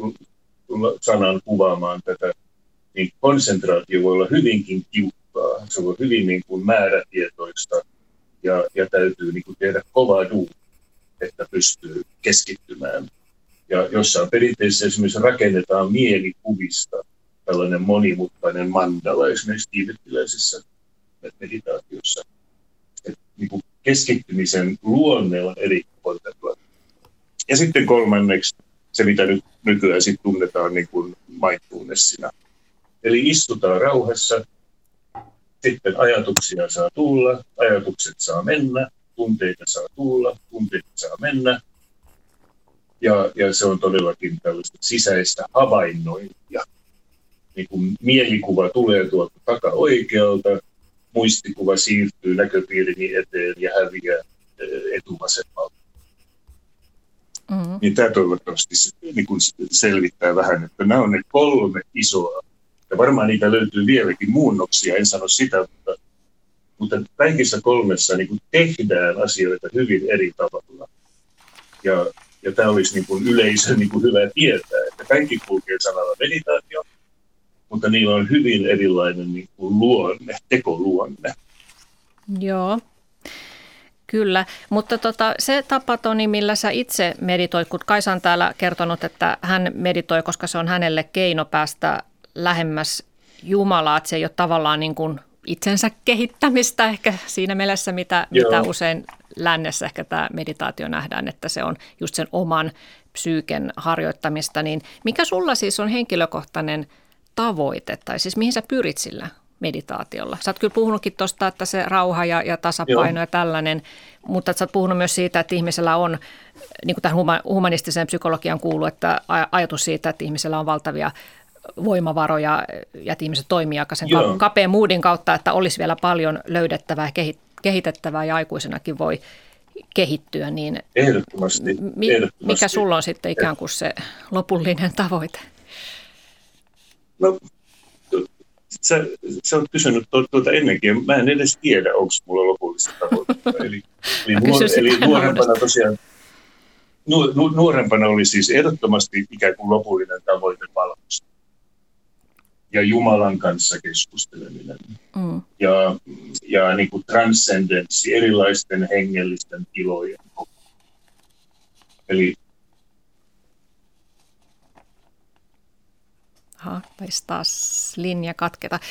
sanan kuvaamaan tätä, niin konsentraatio voi olla hyvinkin tiukkaa. Se voi hyvin niin kuin määrätietoista ja täytyy niin kuin tehdä kovaa duunia, että pystyy keskittymään. Ja jossain perinteisessä esimerkiksi rakennetaan mielikuvista tällainen monimutkainen mandala esimerkiksi tiibettiläisessä meditaatiossa. Niin kuin keskittymisen luonne on eri kontemplaatio. Ja sitten 3. se, mitä nyt nykyään sit tunnetaan niin kuin mindfulnessina. Eli istutaan rauhassa sitten ajatuksia saa tulla, ajatukset saa mennä, tunteita saa tulla, tunteita saa mennä. Ja se on todellakin tällaista sisäistä havainnointia. Niin kun mielikuva tulee tuolta takaoikealta, muistikuva siirtyy näköpiirini eteen ja häviää etuvasemmalta. Niin tämä toivottavasti niin kun selvittää vähän, että nämä on ne 3 isoa. Ja varmaan niitä löytyy vieläkin muunnoksia, en sano sitä, mutta kaikissa 3 niin kun tehdään asioita hyvin eri tavalla. Ja tämä olisi niin kuin yleisön niin kuin hyvä tietää, että kaikki kulkee sanalla meditaatio, mutta niillä on hyvin erilainen niin kuin luonne, tekoluonne. Joo, kyllä. Mutta se tapa, Toni, millä sä itse meditoit, kun Kaisa on täällä kertonut, että hän meditoi, koska se on hänelle keino päästä lähemmäs Jumalaa, että se ei ole tavallaan niin kuin itsensä kehittämistä ehkä siinä mielessä, mitä usein lännessä ehkä tämä meditaatio nähdään, että se on just sen oman psyyken harjoittamista, niin mikä sulla siis on henkilökohtainen tavoite, tai siis mihin sä pyrit sillä meditaatiolla? Sä oot kyllä puhunutkin tuosta, että se rauha ja tasapaino ja tällainen, mutta sä oot puhunut myös siitä, että ihmisellä on, niin kuin tähän humanistiseen psykologiaan kuuluu, että ajatus siitä, että ihmisellä on valtavia voimavaroja ja että ihmiset toimii aika sen kapean moodin kautta, että olisi vielä paljon löydettävää ja kehitettävää ja aikuisenakin voi kehittyä. Niin ehdottomasti. Mikä sulla on sitten ikään kuin se lopullinen tavoite? No, sä oot kysynyt tuota ennenkin. Mä en edes tiedä, onko mulla lopullista tavoitetta. Eli nuorempana tosiaan, nuorempana oli siis ehdottomasti ikään kuin lopullinen tavoite valmis. Ja Jumalan kanssa keskusteleminen. Ja niin kuin transcendenssi, erilaisten hengellisten tilojen. Eli taisi taas linja katketa.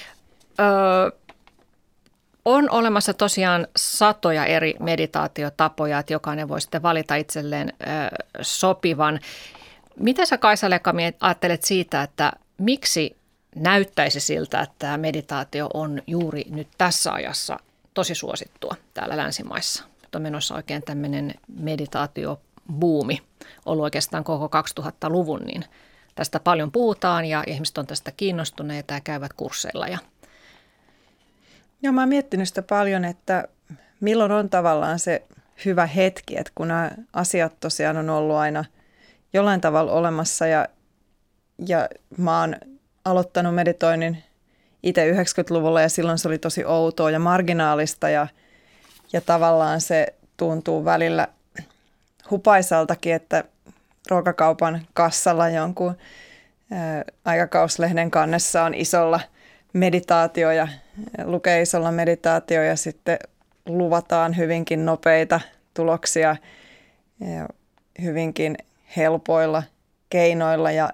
On olemassa tosiaan satoja eri meditaatiotapoja, että jokainen voi sitten valita itselleen sopivan. Mitä sä, Kaisa Lekami, ajattelet siitä, että miksi näyttäisi siltä, että tämä meditaatio on juuri nyt tässä ajassa tosi suosittua täällä länsimaissa? Nyt on menossa oikein tämmöinen meditaatiobuumi, ollut oikeastaan koko 2000-luvun, niin tästä paljon puhutaan ja ihmiset on tästä kiinnostuneita ja käyvät kursseilla. Joo, mä oon miettinyt sitä paljon, että milloin on tavallaan se hyvä hetki, että kun nämä asiat tosiaan on ollut aina jollain tavalla olemassa ja mä oon aloittanut meditoinnin itse 90-luvulla ja silloin se oli tosi outoa ja marginaalista ja tavallaan se tuntuu välillä hupaisaltakin, että ruokakaupan kassalla jonkun aikakauslehden kannessa on isolla meditaatio ja lukee isolla meditaatio ja sitten luvataan hyvinkin nopeita tuloksia ja hyvinkin helpoilla keinoilla ja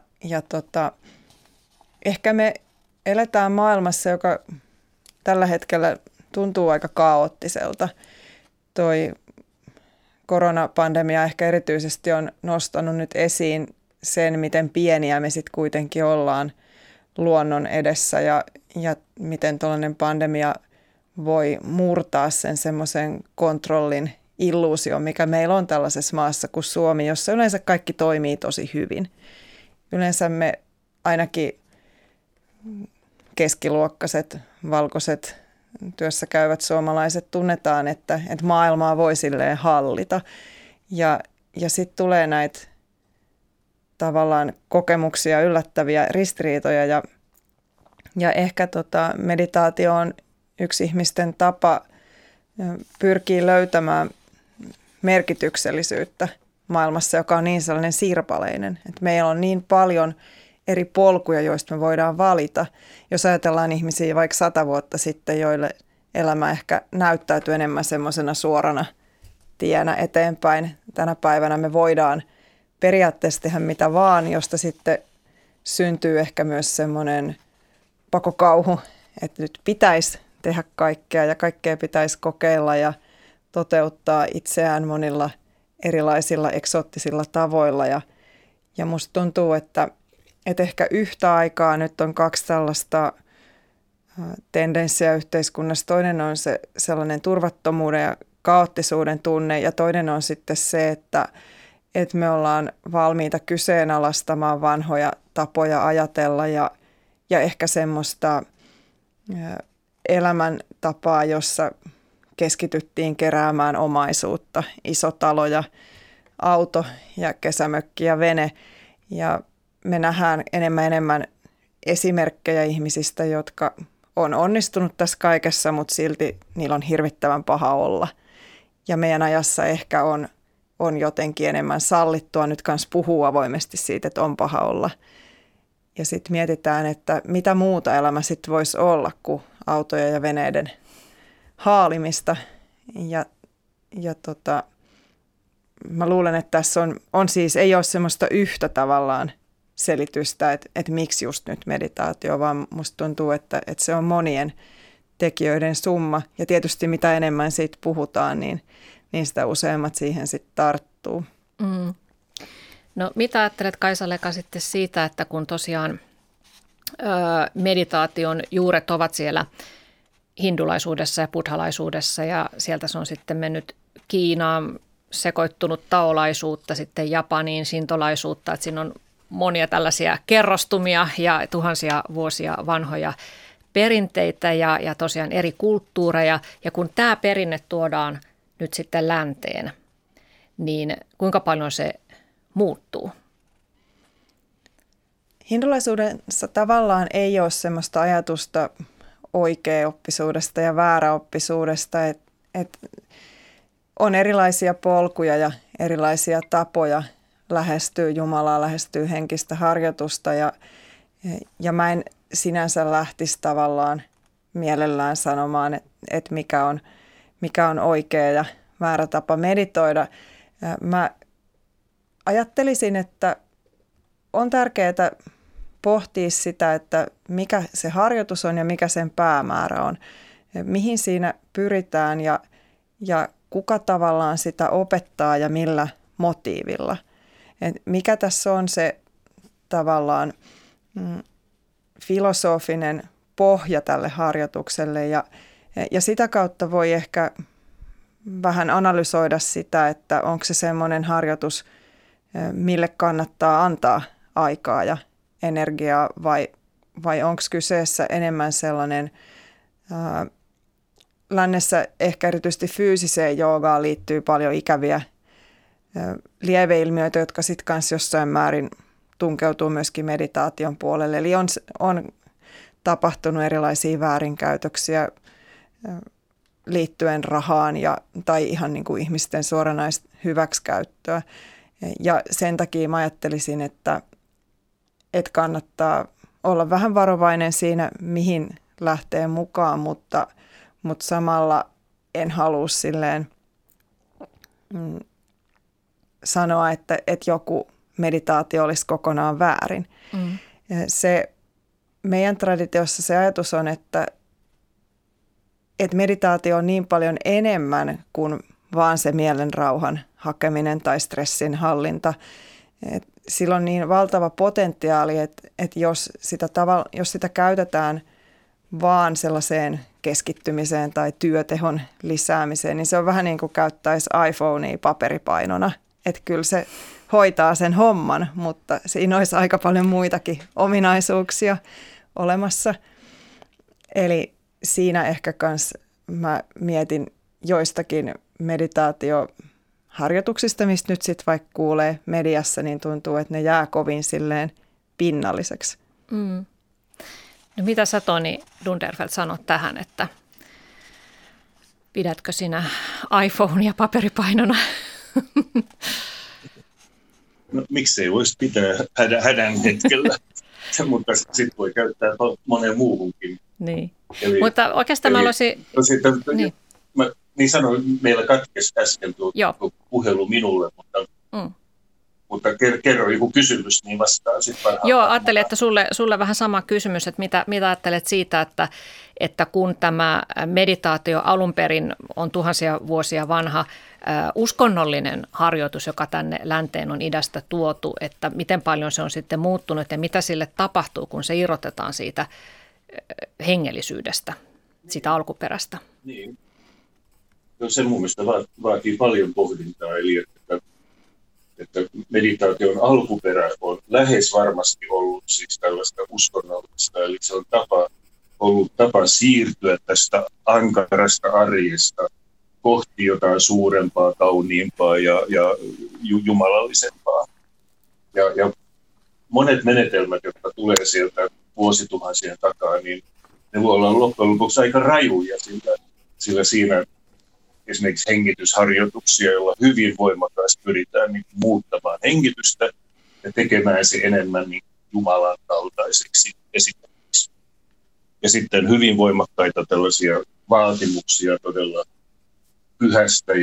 ehkä me eletään maailmassa, joka tällä hetkellä tuntuu aika kaoottiselta. Toi koronapandemia ehkä erityisesti on nostanut nyt esiin sen, miten pieniä me sitten kuitenkin ollaan luonnon edessä ja miten tällainen pandemia voi murtaa sen semmoisen kontrollin illuusion, mikä meillä on tällaisessa maassa kuin Suomi, jossa yleensä kaikki toimii tosi hyvin. Yleensä me ainakin keskiluokkaiset, valkoiset, työssä käyvät suomalaiset tunnetaan, että maailmaa voi silleen hallita. Ja sitten tulee näitä tavallaan kokemuksia, yllättäviä ristiriitoja ja ehkä meditaatio on yksi ihmisten tapa pyrkii löytämään merkityksellisyyttä maailmassa, joka on niin sellainen sirpaleinen. Että meillä on niin paljon eri polkuja, joista me voidaan valita. Jos ajatellaan ihmisiä vaikka 100 vuotta sitten, joille elämä ehkä näyttäytyy enemmän semmoisena suorana tienä eteenpäin. Tänä päivänä me voidaan periaatteessa tehdä mitä vaan, josta sitten syntyy ehkä myös semmoinen pakokauhu, että nyt pitäisi tehdä kaikkea ja kaikkea pitäisi kokeilla ja toteuttaa itseään monilla erilaisilla eksoottisilla tavoilla. Ja musta tuntuu, että ehkä yhtä aikaa nyt on 2 tällaista tendenssejä yhteiskunnassa. Toinen on se sellainen turvattomuuden ja kaoottisuuden tunne ja toinen on sitten se, että me ollaan valmiita kyseenalaistamaan vanhoja tapoja ajatella ja ehkä semmoista elämäntapaa, jossa keskityttiin keräämään omaisuutta, isotaloja, auto ja kesämökki ja vene. Ja me nähdään enemmän esimerkkejä ihmisistä, jotka on onnistunut tässä kaikessa, mutta silti niillä on hirvittävän paha olla. Ja meidän ajassa ehkä on jotenkin enemmän sallittua nyt kanssa puhua avoimesti siitä, että on paha olla. Ja sitten mietitään, että mitä muuta elämä sitten voisi olla kuin autoja ja veneiden haalimista. Mä luulen, että tässä on siis, ei ole semmoista yhtä tavallaan selitystä, että miksi just nyt meditaatio, vaan musta tuntuu, että se on monien tekijöiden summa. Ja tietysti mitä enemmän siitä puhutaan, niin sitä useammat siihen sitten tarttuu. Mm. No mitä ajattelet Kaisa-Leka sitten siitä, että kun tosiaan meditaation juuret ovat siellä hindulaisuudessa ja buddhalaisuudessa ja sieltä se on sitten mennyt Kiinaan, sekoittunut taolaisuutta, sitten Japaniin, shintolaisuutta, että siinä on monia tällaisia kerrostumia ja tuhansia vuosia vanhoja perinteitä ja tosiaan eri kulttuureja. Ja kun tämä perinne tuodaan nyt sitten länteen, niin kuinka paljon se muuttuu? Hindulaisuudessa tavallaan ei ole semmoista ajatusta oikeaoppisuudesta ja vääräoppisuudesta, että on erilaisia polkuja ja erilaisia tapoja lähestyy Jumalaa, lähestyy henkistä harjoitusta ja mä en sinänsä lähtisi tavallaan mielellään sanomaan, että mikä on oikea ja väärä tapa meditoida. Mä ajattelisin, että on tärkeää pohtia sitä, että mikä se harjoitus on ja mikä sen päämäärä on, mihin siinä pyritään ja kuka tavallaan sitä opettaa ja millä motiivilla. Et mikä tässä on se tavallaan filosofinen pohja tälle harjoitukselle ja sitä kautta voi ehkä vähän analysoida sitä, että onko se semmoinen harjoitus, mille kannattaa antaa aikaa ja energiaa vai onko kyseessä enemmän sellainen lännessä ehkä erityisesti fyysiseen joogaan liittyy paljon ikäviä lieveilmiöitä, jotka sitten kanssa jossain määrin tunkeutuu myöskin meditaation puolelle. Eli on tapahtunut erilaisia väärinkäytöksiä liittyen rahaan tai ihan niin kuin ihmisten suoranaista hyväksikäyttöä. Ja sen takia mä ajattelisin, että kannattaa olla vähän varovainen siinä, mihin lähtee mukaan, mutta samalla en halua silleen sanoa, että joku meditaatio olisi kokonaan väärin. Mm. Se meidän traditiossa se ajatus on, että meditaatio on niin paljon enemmän kuin vaan se mielen rauhan hakeminen tai stressin hallinta. Sillä on niin valtava potentiaali, että jos sitä käytetään vaan sellaiseen keskittymiseen tai työtehon lisäämiseen, niin se on vähän niin kuin käyttäisi iPhonea paperipainona. Että kyllä se hoitaa sen homman, mutta siinä olisi aika paljon muitakin ominaisuuksia olemassa. Eli siinä ehkä kans mä mietin joistakin meditaatioharjoituksista, mistä nyt sitten vaikka kuulee mediassa, niin tuntuu, että ne jää kovin silleen pinnalliseksi. Mm. No mitä sä, Toni Dunderfelt, sanot tähän, että pidätkö sinä iPhonea paperipainona? No, miksei voisi pitää hädän hetkellä, mutta sitten voi käyttää moneen muuhunkin. Niin. Mutta oikeastaan mä haluaisin... Niin sanoin, meillä katkesi äsken tuo puhelu minulle, mutta kerro joku kysymys, niin vastaan sitten parhaan. Joo, ajattelin, että sulle vähän sama kysymys, että mitä ajattelet siitä, että kun tämä meditaatio alun perin on tuhansia vuosia vanha uskonnollinen harjoitus, joka tänne länteen on idästä tuotu, että miten paljon se on sitten muuttunut ja mitä sille tapahtuu, kun se irrotetaan siitä hengellisyydestä, sitä alkuperästä. Niin. No, se mun mielestä vaatii paljon pohdintaa, eli että meditaation alkuperä on lähes varmasti ollut siis tällaista uskonnollista, eli se on ollut tapa siirtyä tästä ankarasta arjesta kohti jotain suurempaa, kauniimpaa ja jumalallisempaa. Ja monet menetelmät, jotka tulee sieltä vuosituhansien takaa, niin ne voi olla loppujen lopuksi aika rajuja, sillä siinä esimerkiksi hengitysharjoituksia, joilla hyvin voimakkaasti pyritään niin muuttamaan hengitystä ja tekemään se enemmän niin Jumalan kaltaiseksi esimerkiksi. Ja sitten hyvin voimakkaita tällaisia vaatimuksia todella pyhästä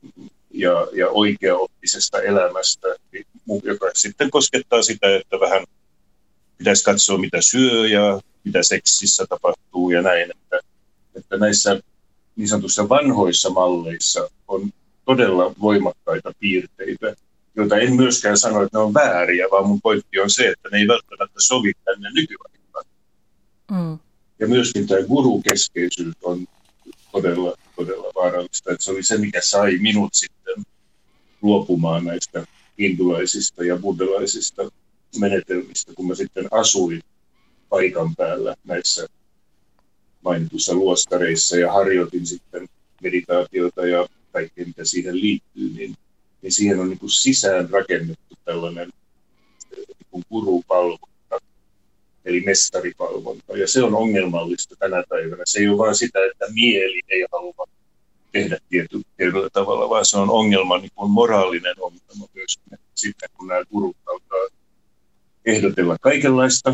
ja oikeaoppisesta elämästä, joka sitten koskettaa sitä, että vähän pitäisi katsoa, mitä syö ja mitä seksissä tapahtuu ja näin. Että näissä niin sanotuissa vanhoissa malleissa on todella voimakkaita piirteitä, joita en myöskään sano, että ne on vääriä, vaan mun pointti on se, että ne ei välttämättä sovi tänne nykyaikaan. Mm. Ja myöskin tämä gurukeskeisyys on todella vaarallista. Että se oli se, mikä sai minut sitten luopumaan näistä hindulaisista ja buddhalaisista menetelmistä, kun mä sitten asuin paikan päällä näissä mainituissa luostareissa ja harjoitin sitten meditaatiota ja kaikkea, mitä siihen liittyy, niin siihen on niin kuin sisään rakennettu tällainen niin kuin gurupalvonta, eli mestaripalvonta. Ja se on ongelmallista tänä päivänä. Se ei ole vain sitä, että mieli ei halua tehdä tietyllä tavalla, vaan se on ongelma, niin kuin moraalinen ongelma myös. Sitten kun nämä gurut alkaa ehdotella kaikenlaista,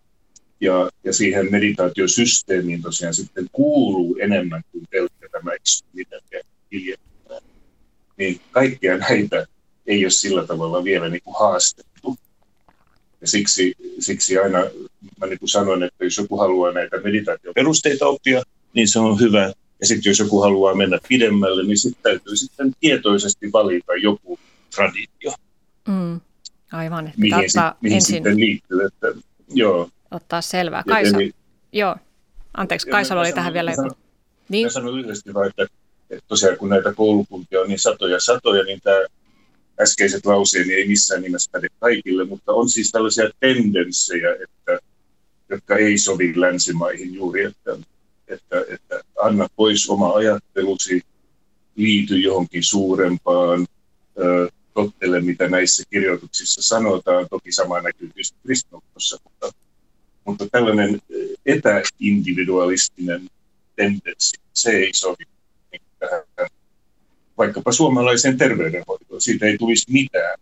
ja siihen meditaatiosysteemiin tosiaan sitten kuuluu enemmän kuin pelkkä tämä istuminen ja hiljentyminen. Niin kaikkia näitä ei ole sillä tavalla vielä niin kuin haastettu. Ja siksi aina mä niin kuin sanoin, että jos joku haluaa näitä meditaatioperusteita oppia, niin se on hyvä. Ja sitten jos joku haluaa mennä pidemmälle, niin sitten täytyy sitten tietoisesti valita joku traditio. Aivan, että mihin sitten liittyy. Että, joo. Ottaa selvää. Kaisa, joo. Anteeksi, Kaisalla oli tähän vielä joku. Niin? Mä sanon lyhyesti vaan, että tosiaan kun näitä koulukuntia on niin satoja, niin tämä äskeiset lauseeni ei missään nimessä päde kaikille, mutta on siis tällaisia tendenssejä, jotka ei sovi länsimaihin juuri, että anna pois oma ajattelusi, liity johonkin suurempaan, tottele mitä näissä kirjoituksissa sanotaan, toki sama näkyy tietysti kristinuskossa, mutta tällainen epäindividualistinen tendenssi, se ei sovi tähän vaikkapa suomalaiseen terveydenhoitoon. Siitä ei tulisi mitään,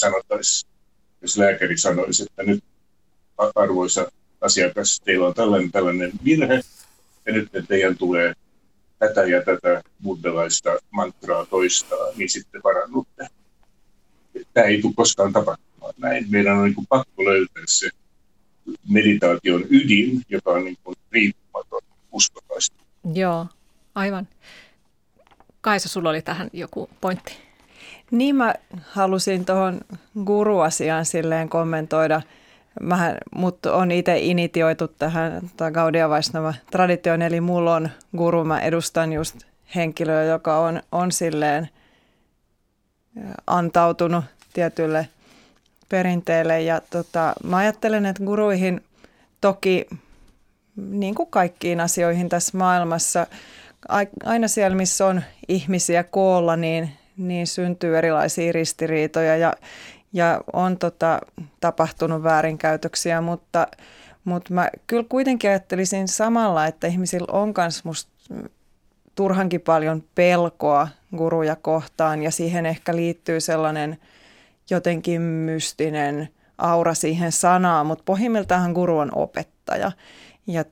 jos lääkäri sanoisi, että nyt arvoisa asiakas, teillä on tällainen virhe, ja nyt teidän tulee tätä ja tätä buddhalaista mantraa toistaa, niin sitten parannutte. Tämä ei tule koskaan tapahtumaan näin. Meidän on niin kuin pakko löytää se meditaation ydin, joka on niin kuin riippumaton uskovaista. Joo, aivan. Kaisa, sulla oli tähän joku pointti. Niin, mä halusin tuohon guru-asiaan silleen kommentoida. Mut on itse initioitu tähän Gaudia Vaishnava-traditioon, eli mulla on guru, mä edustan just henkilöä, joka on silleen antautunut tietylle perinteelle. Ja mä ajattelen, että guruihin toki, niin kuin kaikkiin asioihin tässä maailmassa, aina siellä, missä on ihmisiä koolla, niin syntyy erilaisia ristiriitoja ja on tapahtunut väärinkäytöksiä, mutta mä kyllä kuitenkin ajattelisin samalla, että ihmisillä on myös musta turhankin paljon pelkoa guruja kohtaan ja siihen ehkä liittyy sellainen jotenkin mystinen aura siihen sanaan, mutta pohjimmiltaan guru on opettaja ja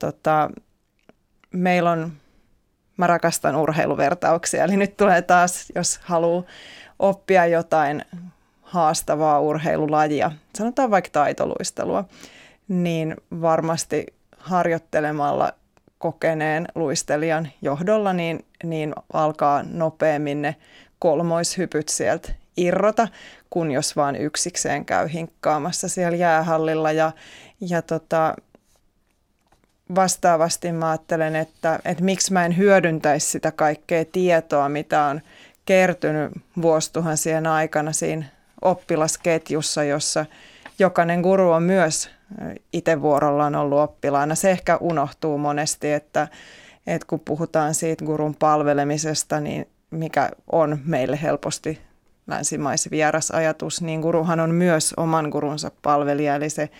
meillä on, mä rakastan urheiluvertauksia, eli nyt tulee taas, jos haluaa oppia jotain haastavaa urheilulajia, sanotaan vaikka taitoluistelua, niin varmasti harjoittelemalla kokeneen luistelijan johdolla, niin alkaa nopeammin ne kolmoishypyt sieltä irrota, kun jos vaan yksikseen käy hinkkaamassa siellä jäähallilla. Ja vastaavasti mä ajattelen, että miksi mä en hyödyntäisi sitä kaikkea tietoa, mitä on kertynyt vuosituhansien aikana siinä oppilasketjussa, jossa jokainen guru on myös itse vuorollaan ollut oppilaana. Se ehkä unohtuu monesti, että kun puhutaan siitä gurun palvelemisesta, niin mikä on meille helposti länsimaisvieras ajatus, niin guruhan on myös oman gurunsa palvelija, eli se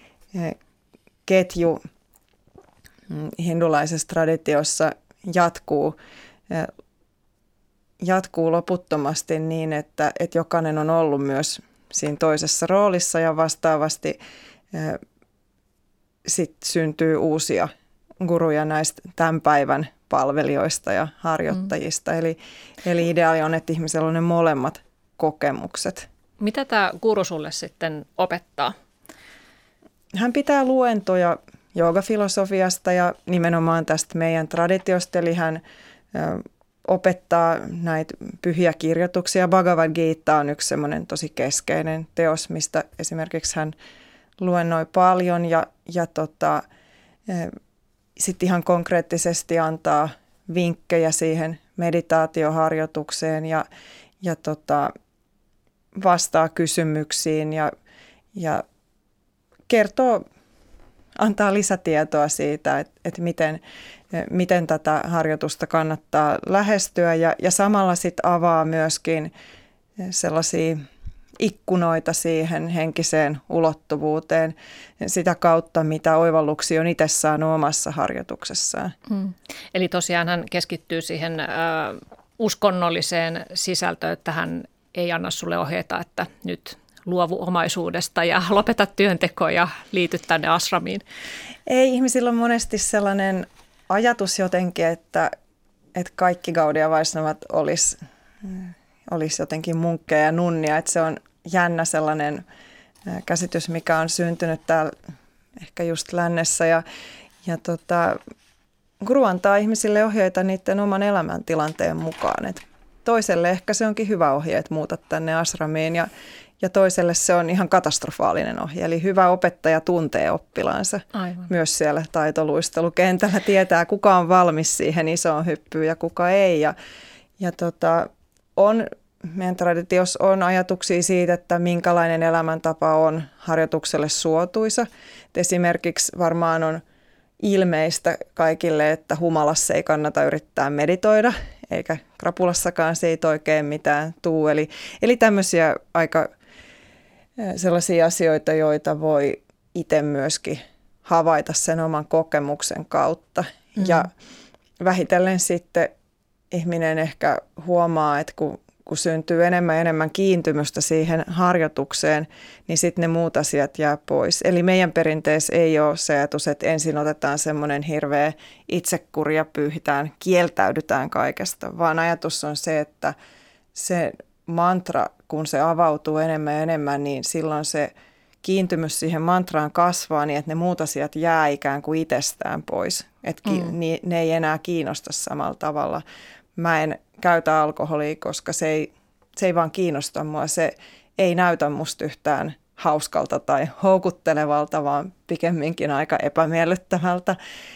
ketju hindulaisessa traditiossa jatkuu loputtomasti niin, että jokainen on ollut myös siinä toisessa roolissa ja vastaavasti sitten syntyy uusia guruja näistä tämän päivän palvelijoista ja harjoittajista. Eli ideaali on, että ihmisellä on ne molemmat kokemukset. Mitä tämä guru sulle sitten opettaa? Hän pitää luentoja joogafilosofiasta ja nimenomaan tästä meidän traditiosta, eli hän opettaa näitä pyhiä kirjoituksia. Bhagavad Gita on yksi semmoinen tosi keskeinen teos, mistä esimerkiksi hän luennoi paljon ja sitten ihan konkreettisesti antaa vinkkejä siihen meditaatioharjoitukseen ja vastaa kysymyksiin ja kertoo, antaa lisätietoa siitä, että miten tätä harjoitusta kannattaa lähestyä ja samalla sitten avaa myöskin sellaisia ikkunoita siihen henkiseen ulottuvuuteen sitä kautta, mitä oivalluksia on itse saanut omassa harjoituksessaan. Eli tosiaan hän keskittyy siihen uskonnolliseen sisältöön, että hän ei anna sulle ohjeita, että nyt luovu omaisuudesta ja lopeta työnteko ja liity tänne ashramiin. Ei, ihmisillä on monesti sellainen ajatus jotenkin, että kaikki Gaudia Vaisnavat olisi jotenkin munkkeja ja nunnia, että se on jännä sellainen käsitys, mikä on syntynyt täällä ehkä just lännessä ja guru antaa ihmisille ohjeita niiden oman elämäntilanteen mukaan. Et toiselle ehkä se onkin hyvä ohje, että muuta tänne ashramiin ja toiselle se on ihan katastrofaalinen ohje. Eli hyvä opettaja tuntee oppilaansa. Aivan. Myös siellä taitoluistelukentällä tietää, kuka on valmis siihen isoon hyppyyn ja kuka ei. Meidän traditiossa on ajatuksia siitä, että minkälainen elämäntapa on harjoitukselle suotuisa. Et esimerkiksi varmaan on ilmeistä kaikille, että humalassa ei kannata yrittää meditoida, eikä krapulassakaan se ei oikein mitään tuu. Eli tämmöisiä aika sellaisia asioita, joita voi itse myöskin havaita sen oman kokemuksen kautta. Ja vähitellen sitten ihminen ehkä huomaa, että kun syntyy enemmän ja enemmän kiintymystä siihen harjoitukseen, niin sitten ne muut asiat jää pois. Eli meidän perinteessä ei ole se ajatus, että ensin otetaan semmoinen hirveä itsekuri ja pyyhitään, kieltäydytään kaikesta, vaan ajatus on se, että se mantra, kun se avautuu enemmän ja enemmän, niin silloin se kiintymys siihen mantraan kasvaa niin, että ne muut asiat jää ikään kuin itsestään pois. Että ne ei enää kiinnosta samalla tavalla. Mä en käytä alkoholia, koska se ei vaan kiinnosta mua. Se ei näytä musta yhtään hauskalta tai houkuttelevalta, vaan pikemminkin aika epämiellyttävältä.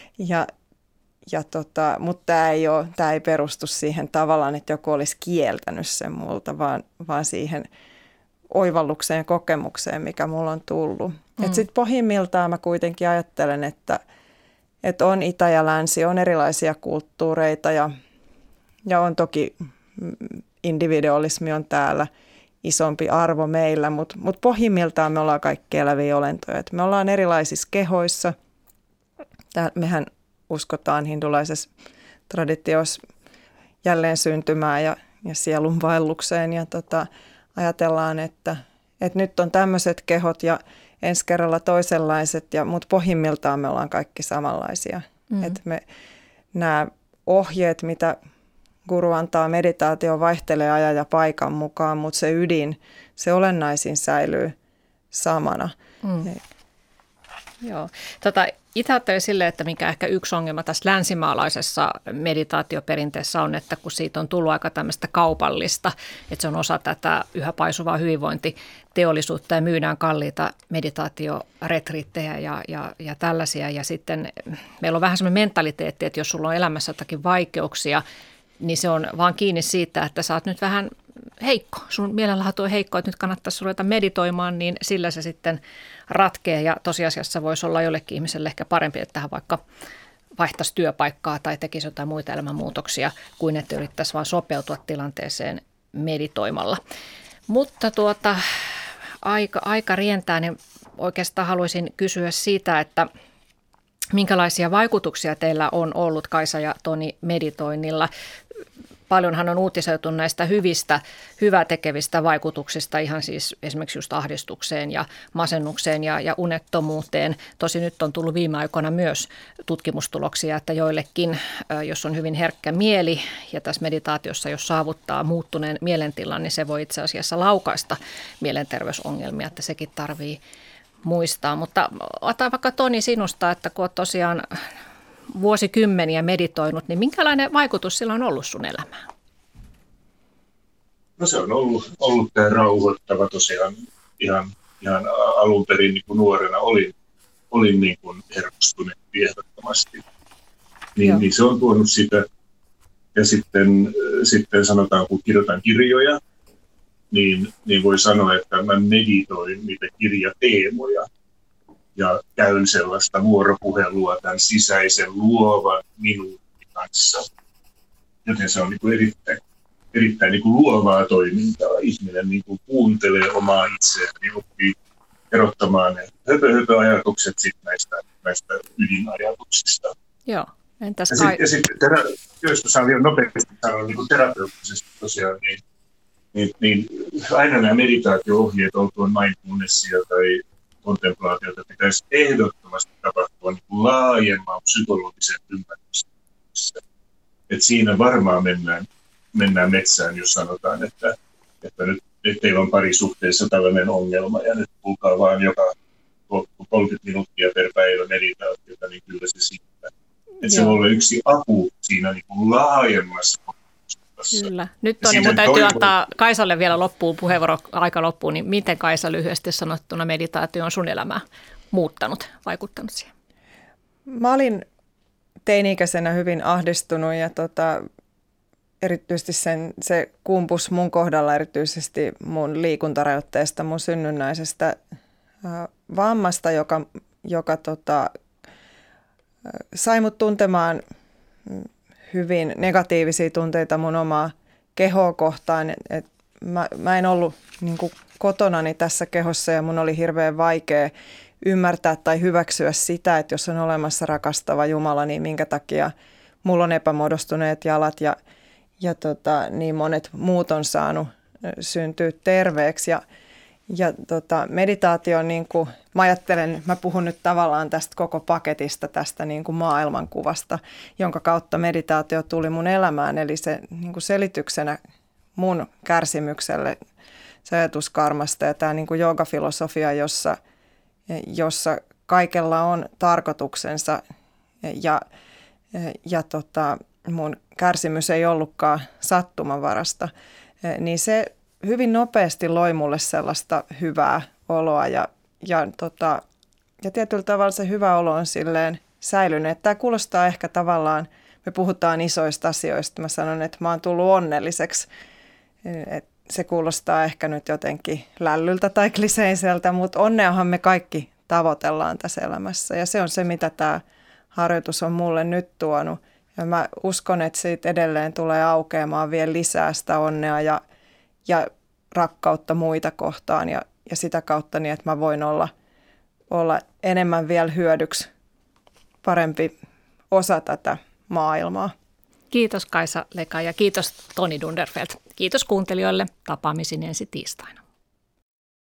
Mutta tämä ei perustu siihen tavallaan, että joku olisi kieltänyt sen multa, vaan siihen oivallukseen ja kokemukseen, mikä mulla on tullut. Sitten pohjimmiltaan mä kuitenkin ajattelen, että on itä ja länsi, on erilaisia kulttuureita ja on toki individualismi on täällä isompi arvo meillä, mutta pohjimmiltaan me ollaan kaikki eläviä olentoja. Me ollaan erilaisissa kehoissa. Mehän uskotaan hindulaisessa traditiossa jälleen syntymään ja sielun vaellukseen ja ajatellaan, että nyt on tämmöiset kehot ja ensi kerralla toisenlaiset, mutta pohjimmiltaan me ollaan kaikki samanlaisia. Nämä ohjeet, mitä guru antaa meditaatio, vaihtelee ajan ja paikan mukaan, mutta se ydin, se olennaisin säilyy samana. Joo. Itse ajattelin silleen, että mikä ehkä yksi ongelma tässä länsimaalaisessa meditaatioperinteessä on, että kun siitä on tullut aika tämmöistä kaupallista, että se on osa tätä yhä paisuvaa hyvinvointiteollisuutta ja myydään kalliita meditaatioretriittejä ja tällaisia. Ja sitten meillä on vähän semmoinen mentaliteetti, että jos sulla on elämässä jotakin vaikeuksia, niin se on vaan kiinni siitä, että sä oot nyt vähän heikko. Sun mielenlaatu on heikko, että nyt kannattaisi ruveta meditoimaan, niin sillä se sitten ratkee. Ja tosiasiassa voisi olla jollekin ihmiselle ehkä parempi, että hän vaikka vaihtaisi työpaikkaa tai tekisi jotain muita elämänmuutoksia, kuin että yrittäisi vaan sopeutua tilanteeseen meditoimalla. Mutta aika rientää, niin oikeastaan haluaisin kysyä siitä, että minkälaisia vaikutuksia teillä on ollut, Kaisa ja Toni, meditoinnilla? Paljonhan on uutisoitu näistä hyvää tekevistä vaikutuksista, ihan siis esimerkiksi just ahdistukseen ja masennukseen ja unettomuuteen. Tosi nyt on tullut viime aikoina myös tutkimustuloksia, että joillekin, jos on hyvin herkkä mieli ja tässä meditaatiossa, jos saavuttaa muuttuneen mielentilan, niin se voi itse asiassa laukaista mielenterveysongelmia, että sekin tarvii muistaa. Mutta otan vaikka Toni sinusta, että kun olet tosiaan vuosikymmeniä meditoinut, niin minkälainen vaikutus sillä on ollut sun elämään? No se on ollut tämä rauhoittava tosiaan ihan alun perin niin kuin nuorena olin niin kuin hermostunut ehdottomasti. Niin se on tuonut sitä. Ja sitten sanotaan, kun kirjoitan kirjoja, niin voi sanoa, että mä meditoin niitä kirjateemoja ja käyn sellaista vuoropuhelua tämän sisäisen luovan minuutin kanssa. Joten se on niin kuin erittäin niin kuin luovaa toimintaa. Ihminen niin kuin kuuntelee omaa itseään ja oppii erottamaan ne höpö-ajatukset näistä ydinajatuksista. Joo, entäs ja sitten jos saan vielä nopeasti sanoa niin kuin terapeuttisesti tosiaan, niin aina nämä meditaatio-ohjeet, olkoon mindfulnessia tai kontemplaatiota, pitäisi ehdottomasti tapahtua niin kuin laajemman psykologisen ymmärryksen. Et siinä varmaan mennään metsään, jos sanotaan, että nyt teillä on parisuhteessa tällainen ongelma ja nyt kuulkaa vaan joka 30 minuuttia per päivä meditaatiota, niin kyllä se siitä. Että se voi olla yksi apu siinä niin kuin laajemmassa. Kyllä. Nyt Toni, mun täytyy antaa Kaisalle vielä puheenvuoro aika loppuun, niin miten Kaisa lyhyesti sanottuna meditaatio on sun elämää muuttanut, vaikuttanut siihen? Mä olin teini-ikäisenä hyvin ahdistunut ja erityisesti se kumpus mun kohdalla erityisesti mun liikuntarajoitteesta, mun synnynnäisestä vammasta, joka sai mut tuntemaan hyvin negatiivisia tunteita mun omaa kehoa kohtaan. Mä en ollut niin kuin kotonani tässä kehossa ja mun oli hirveän vaikea ymmärtää tai hyväksyä sitä, että jos on olemassa rakastava Jumala, niin minkä takia mulla on epämuodostuneet jalat ja niin monet muut on saanut syntyä terveeksi. Ja meditaatio, niin kuin mä ajattelen, mä puhun nyt tavallaan tästä koko paketista, tästä niin kuin maailmankuvasta, jonka kautta meditaatio tuli mun elämään. Eli se niin kuin selityksenä mun kärsimykselle, se ajatus karmasta ja tämä niin kuin joogafilosofia, jossa kaikella on tarkoituksensa ja mun kärsimys ei ollutkaan sattumanvarasta, niin se hyvin nopeasti loi mulle sellaista hyvää oloa ja tietyllä tavalla se hyvä olo on silleen säilynyt. Tämä kuulostaa ehkä tavallaan, me puhutaan isoista asioista, mä sanon, että mä oon tullut onnelliseksi. Se kuulostaa ehkä nyt jotenkin lällyltä tai kliseiseltä, mutta onneahan me kaikki tavoitellaan tässä elämässä ja se on se, mitä tämä harjoitus on mulle nyt tuonut. Ja mä uskon, että siitä edelleen tulee aukeamaan vielä lisää sitä onnea ja rakkautta muita kohtaan ja sitä kautta niin, että mä voin olla enemmän vielä hyödyksi, parempi osa tätä maailmaa. Kiitos Kaisa Leka ja kiitos Toni Dunderfelt. Kiitos kuuntelijoille. Tapaamisiin ensi tiistaina.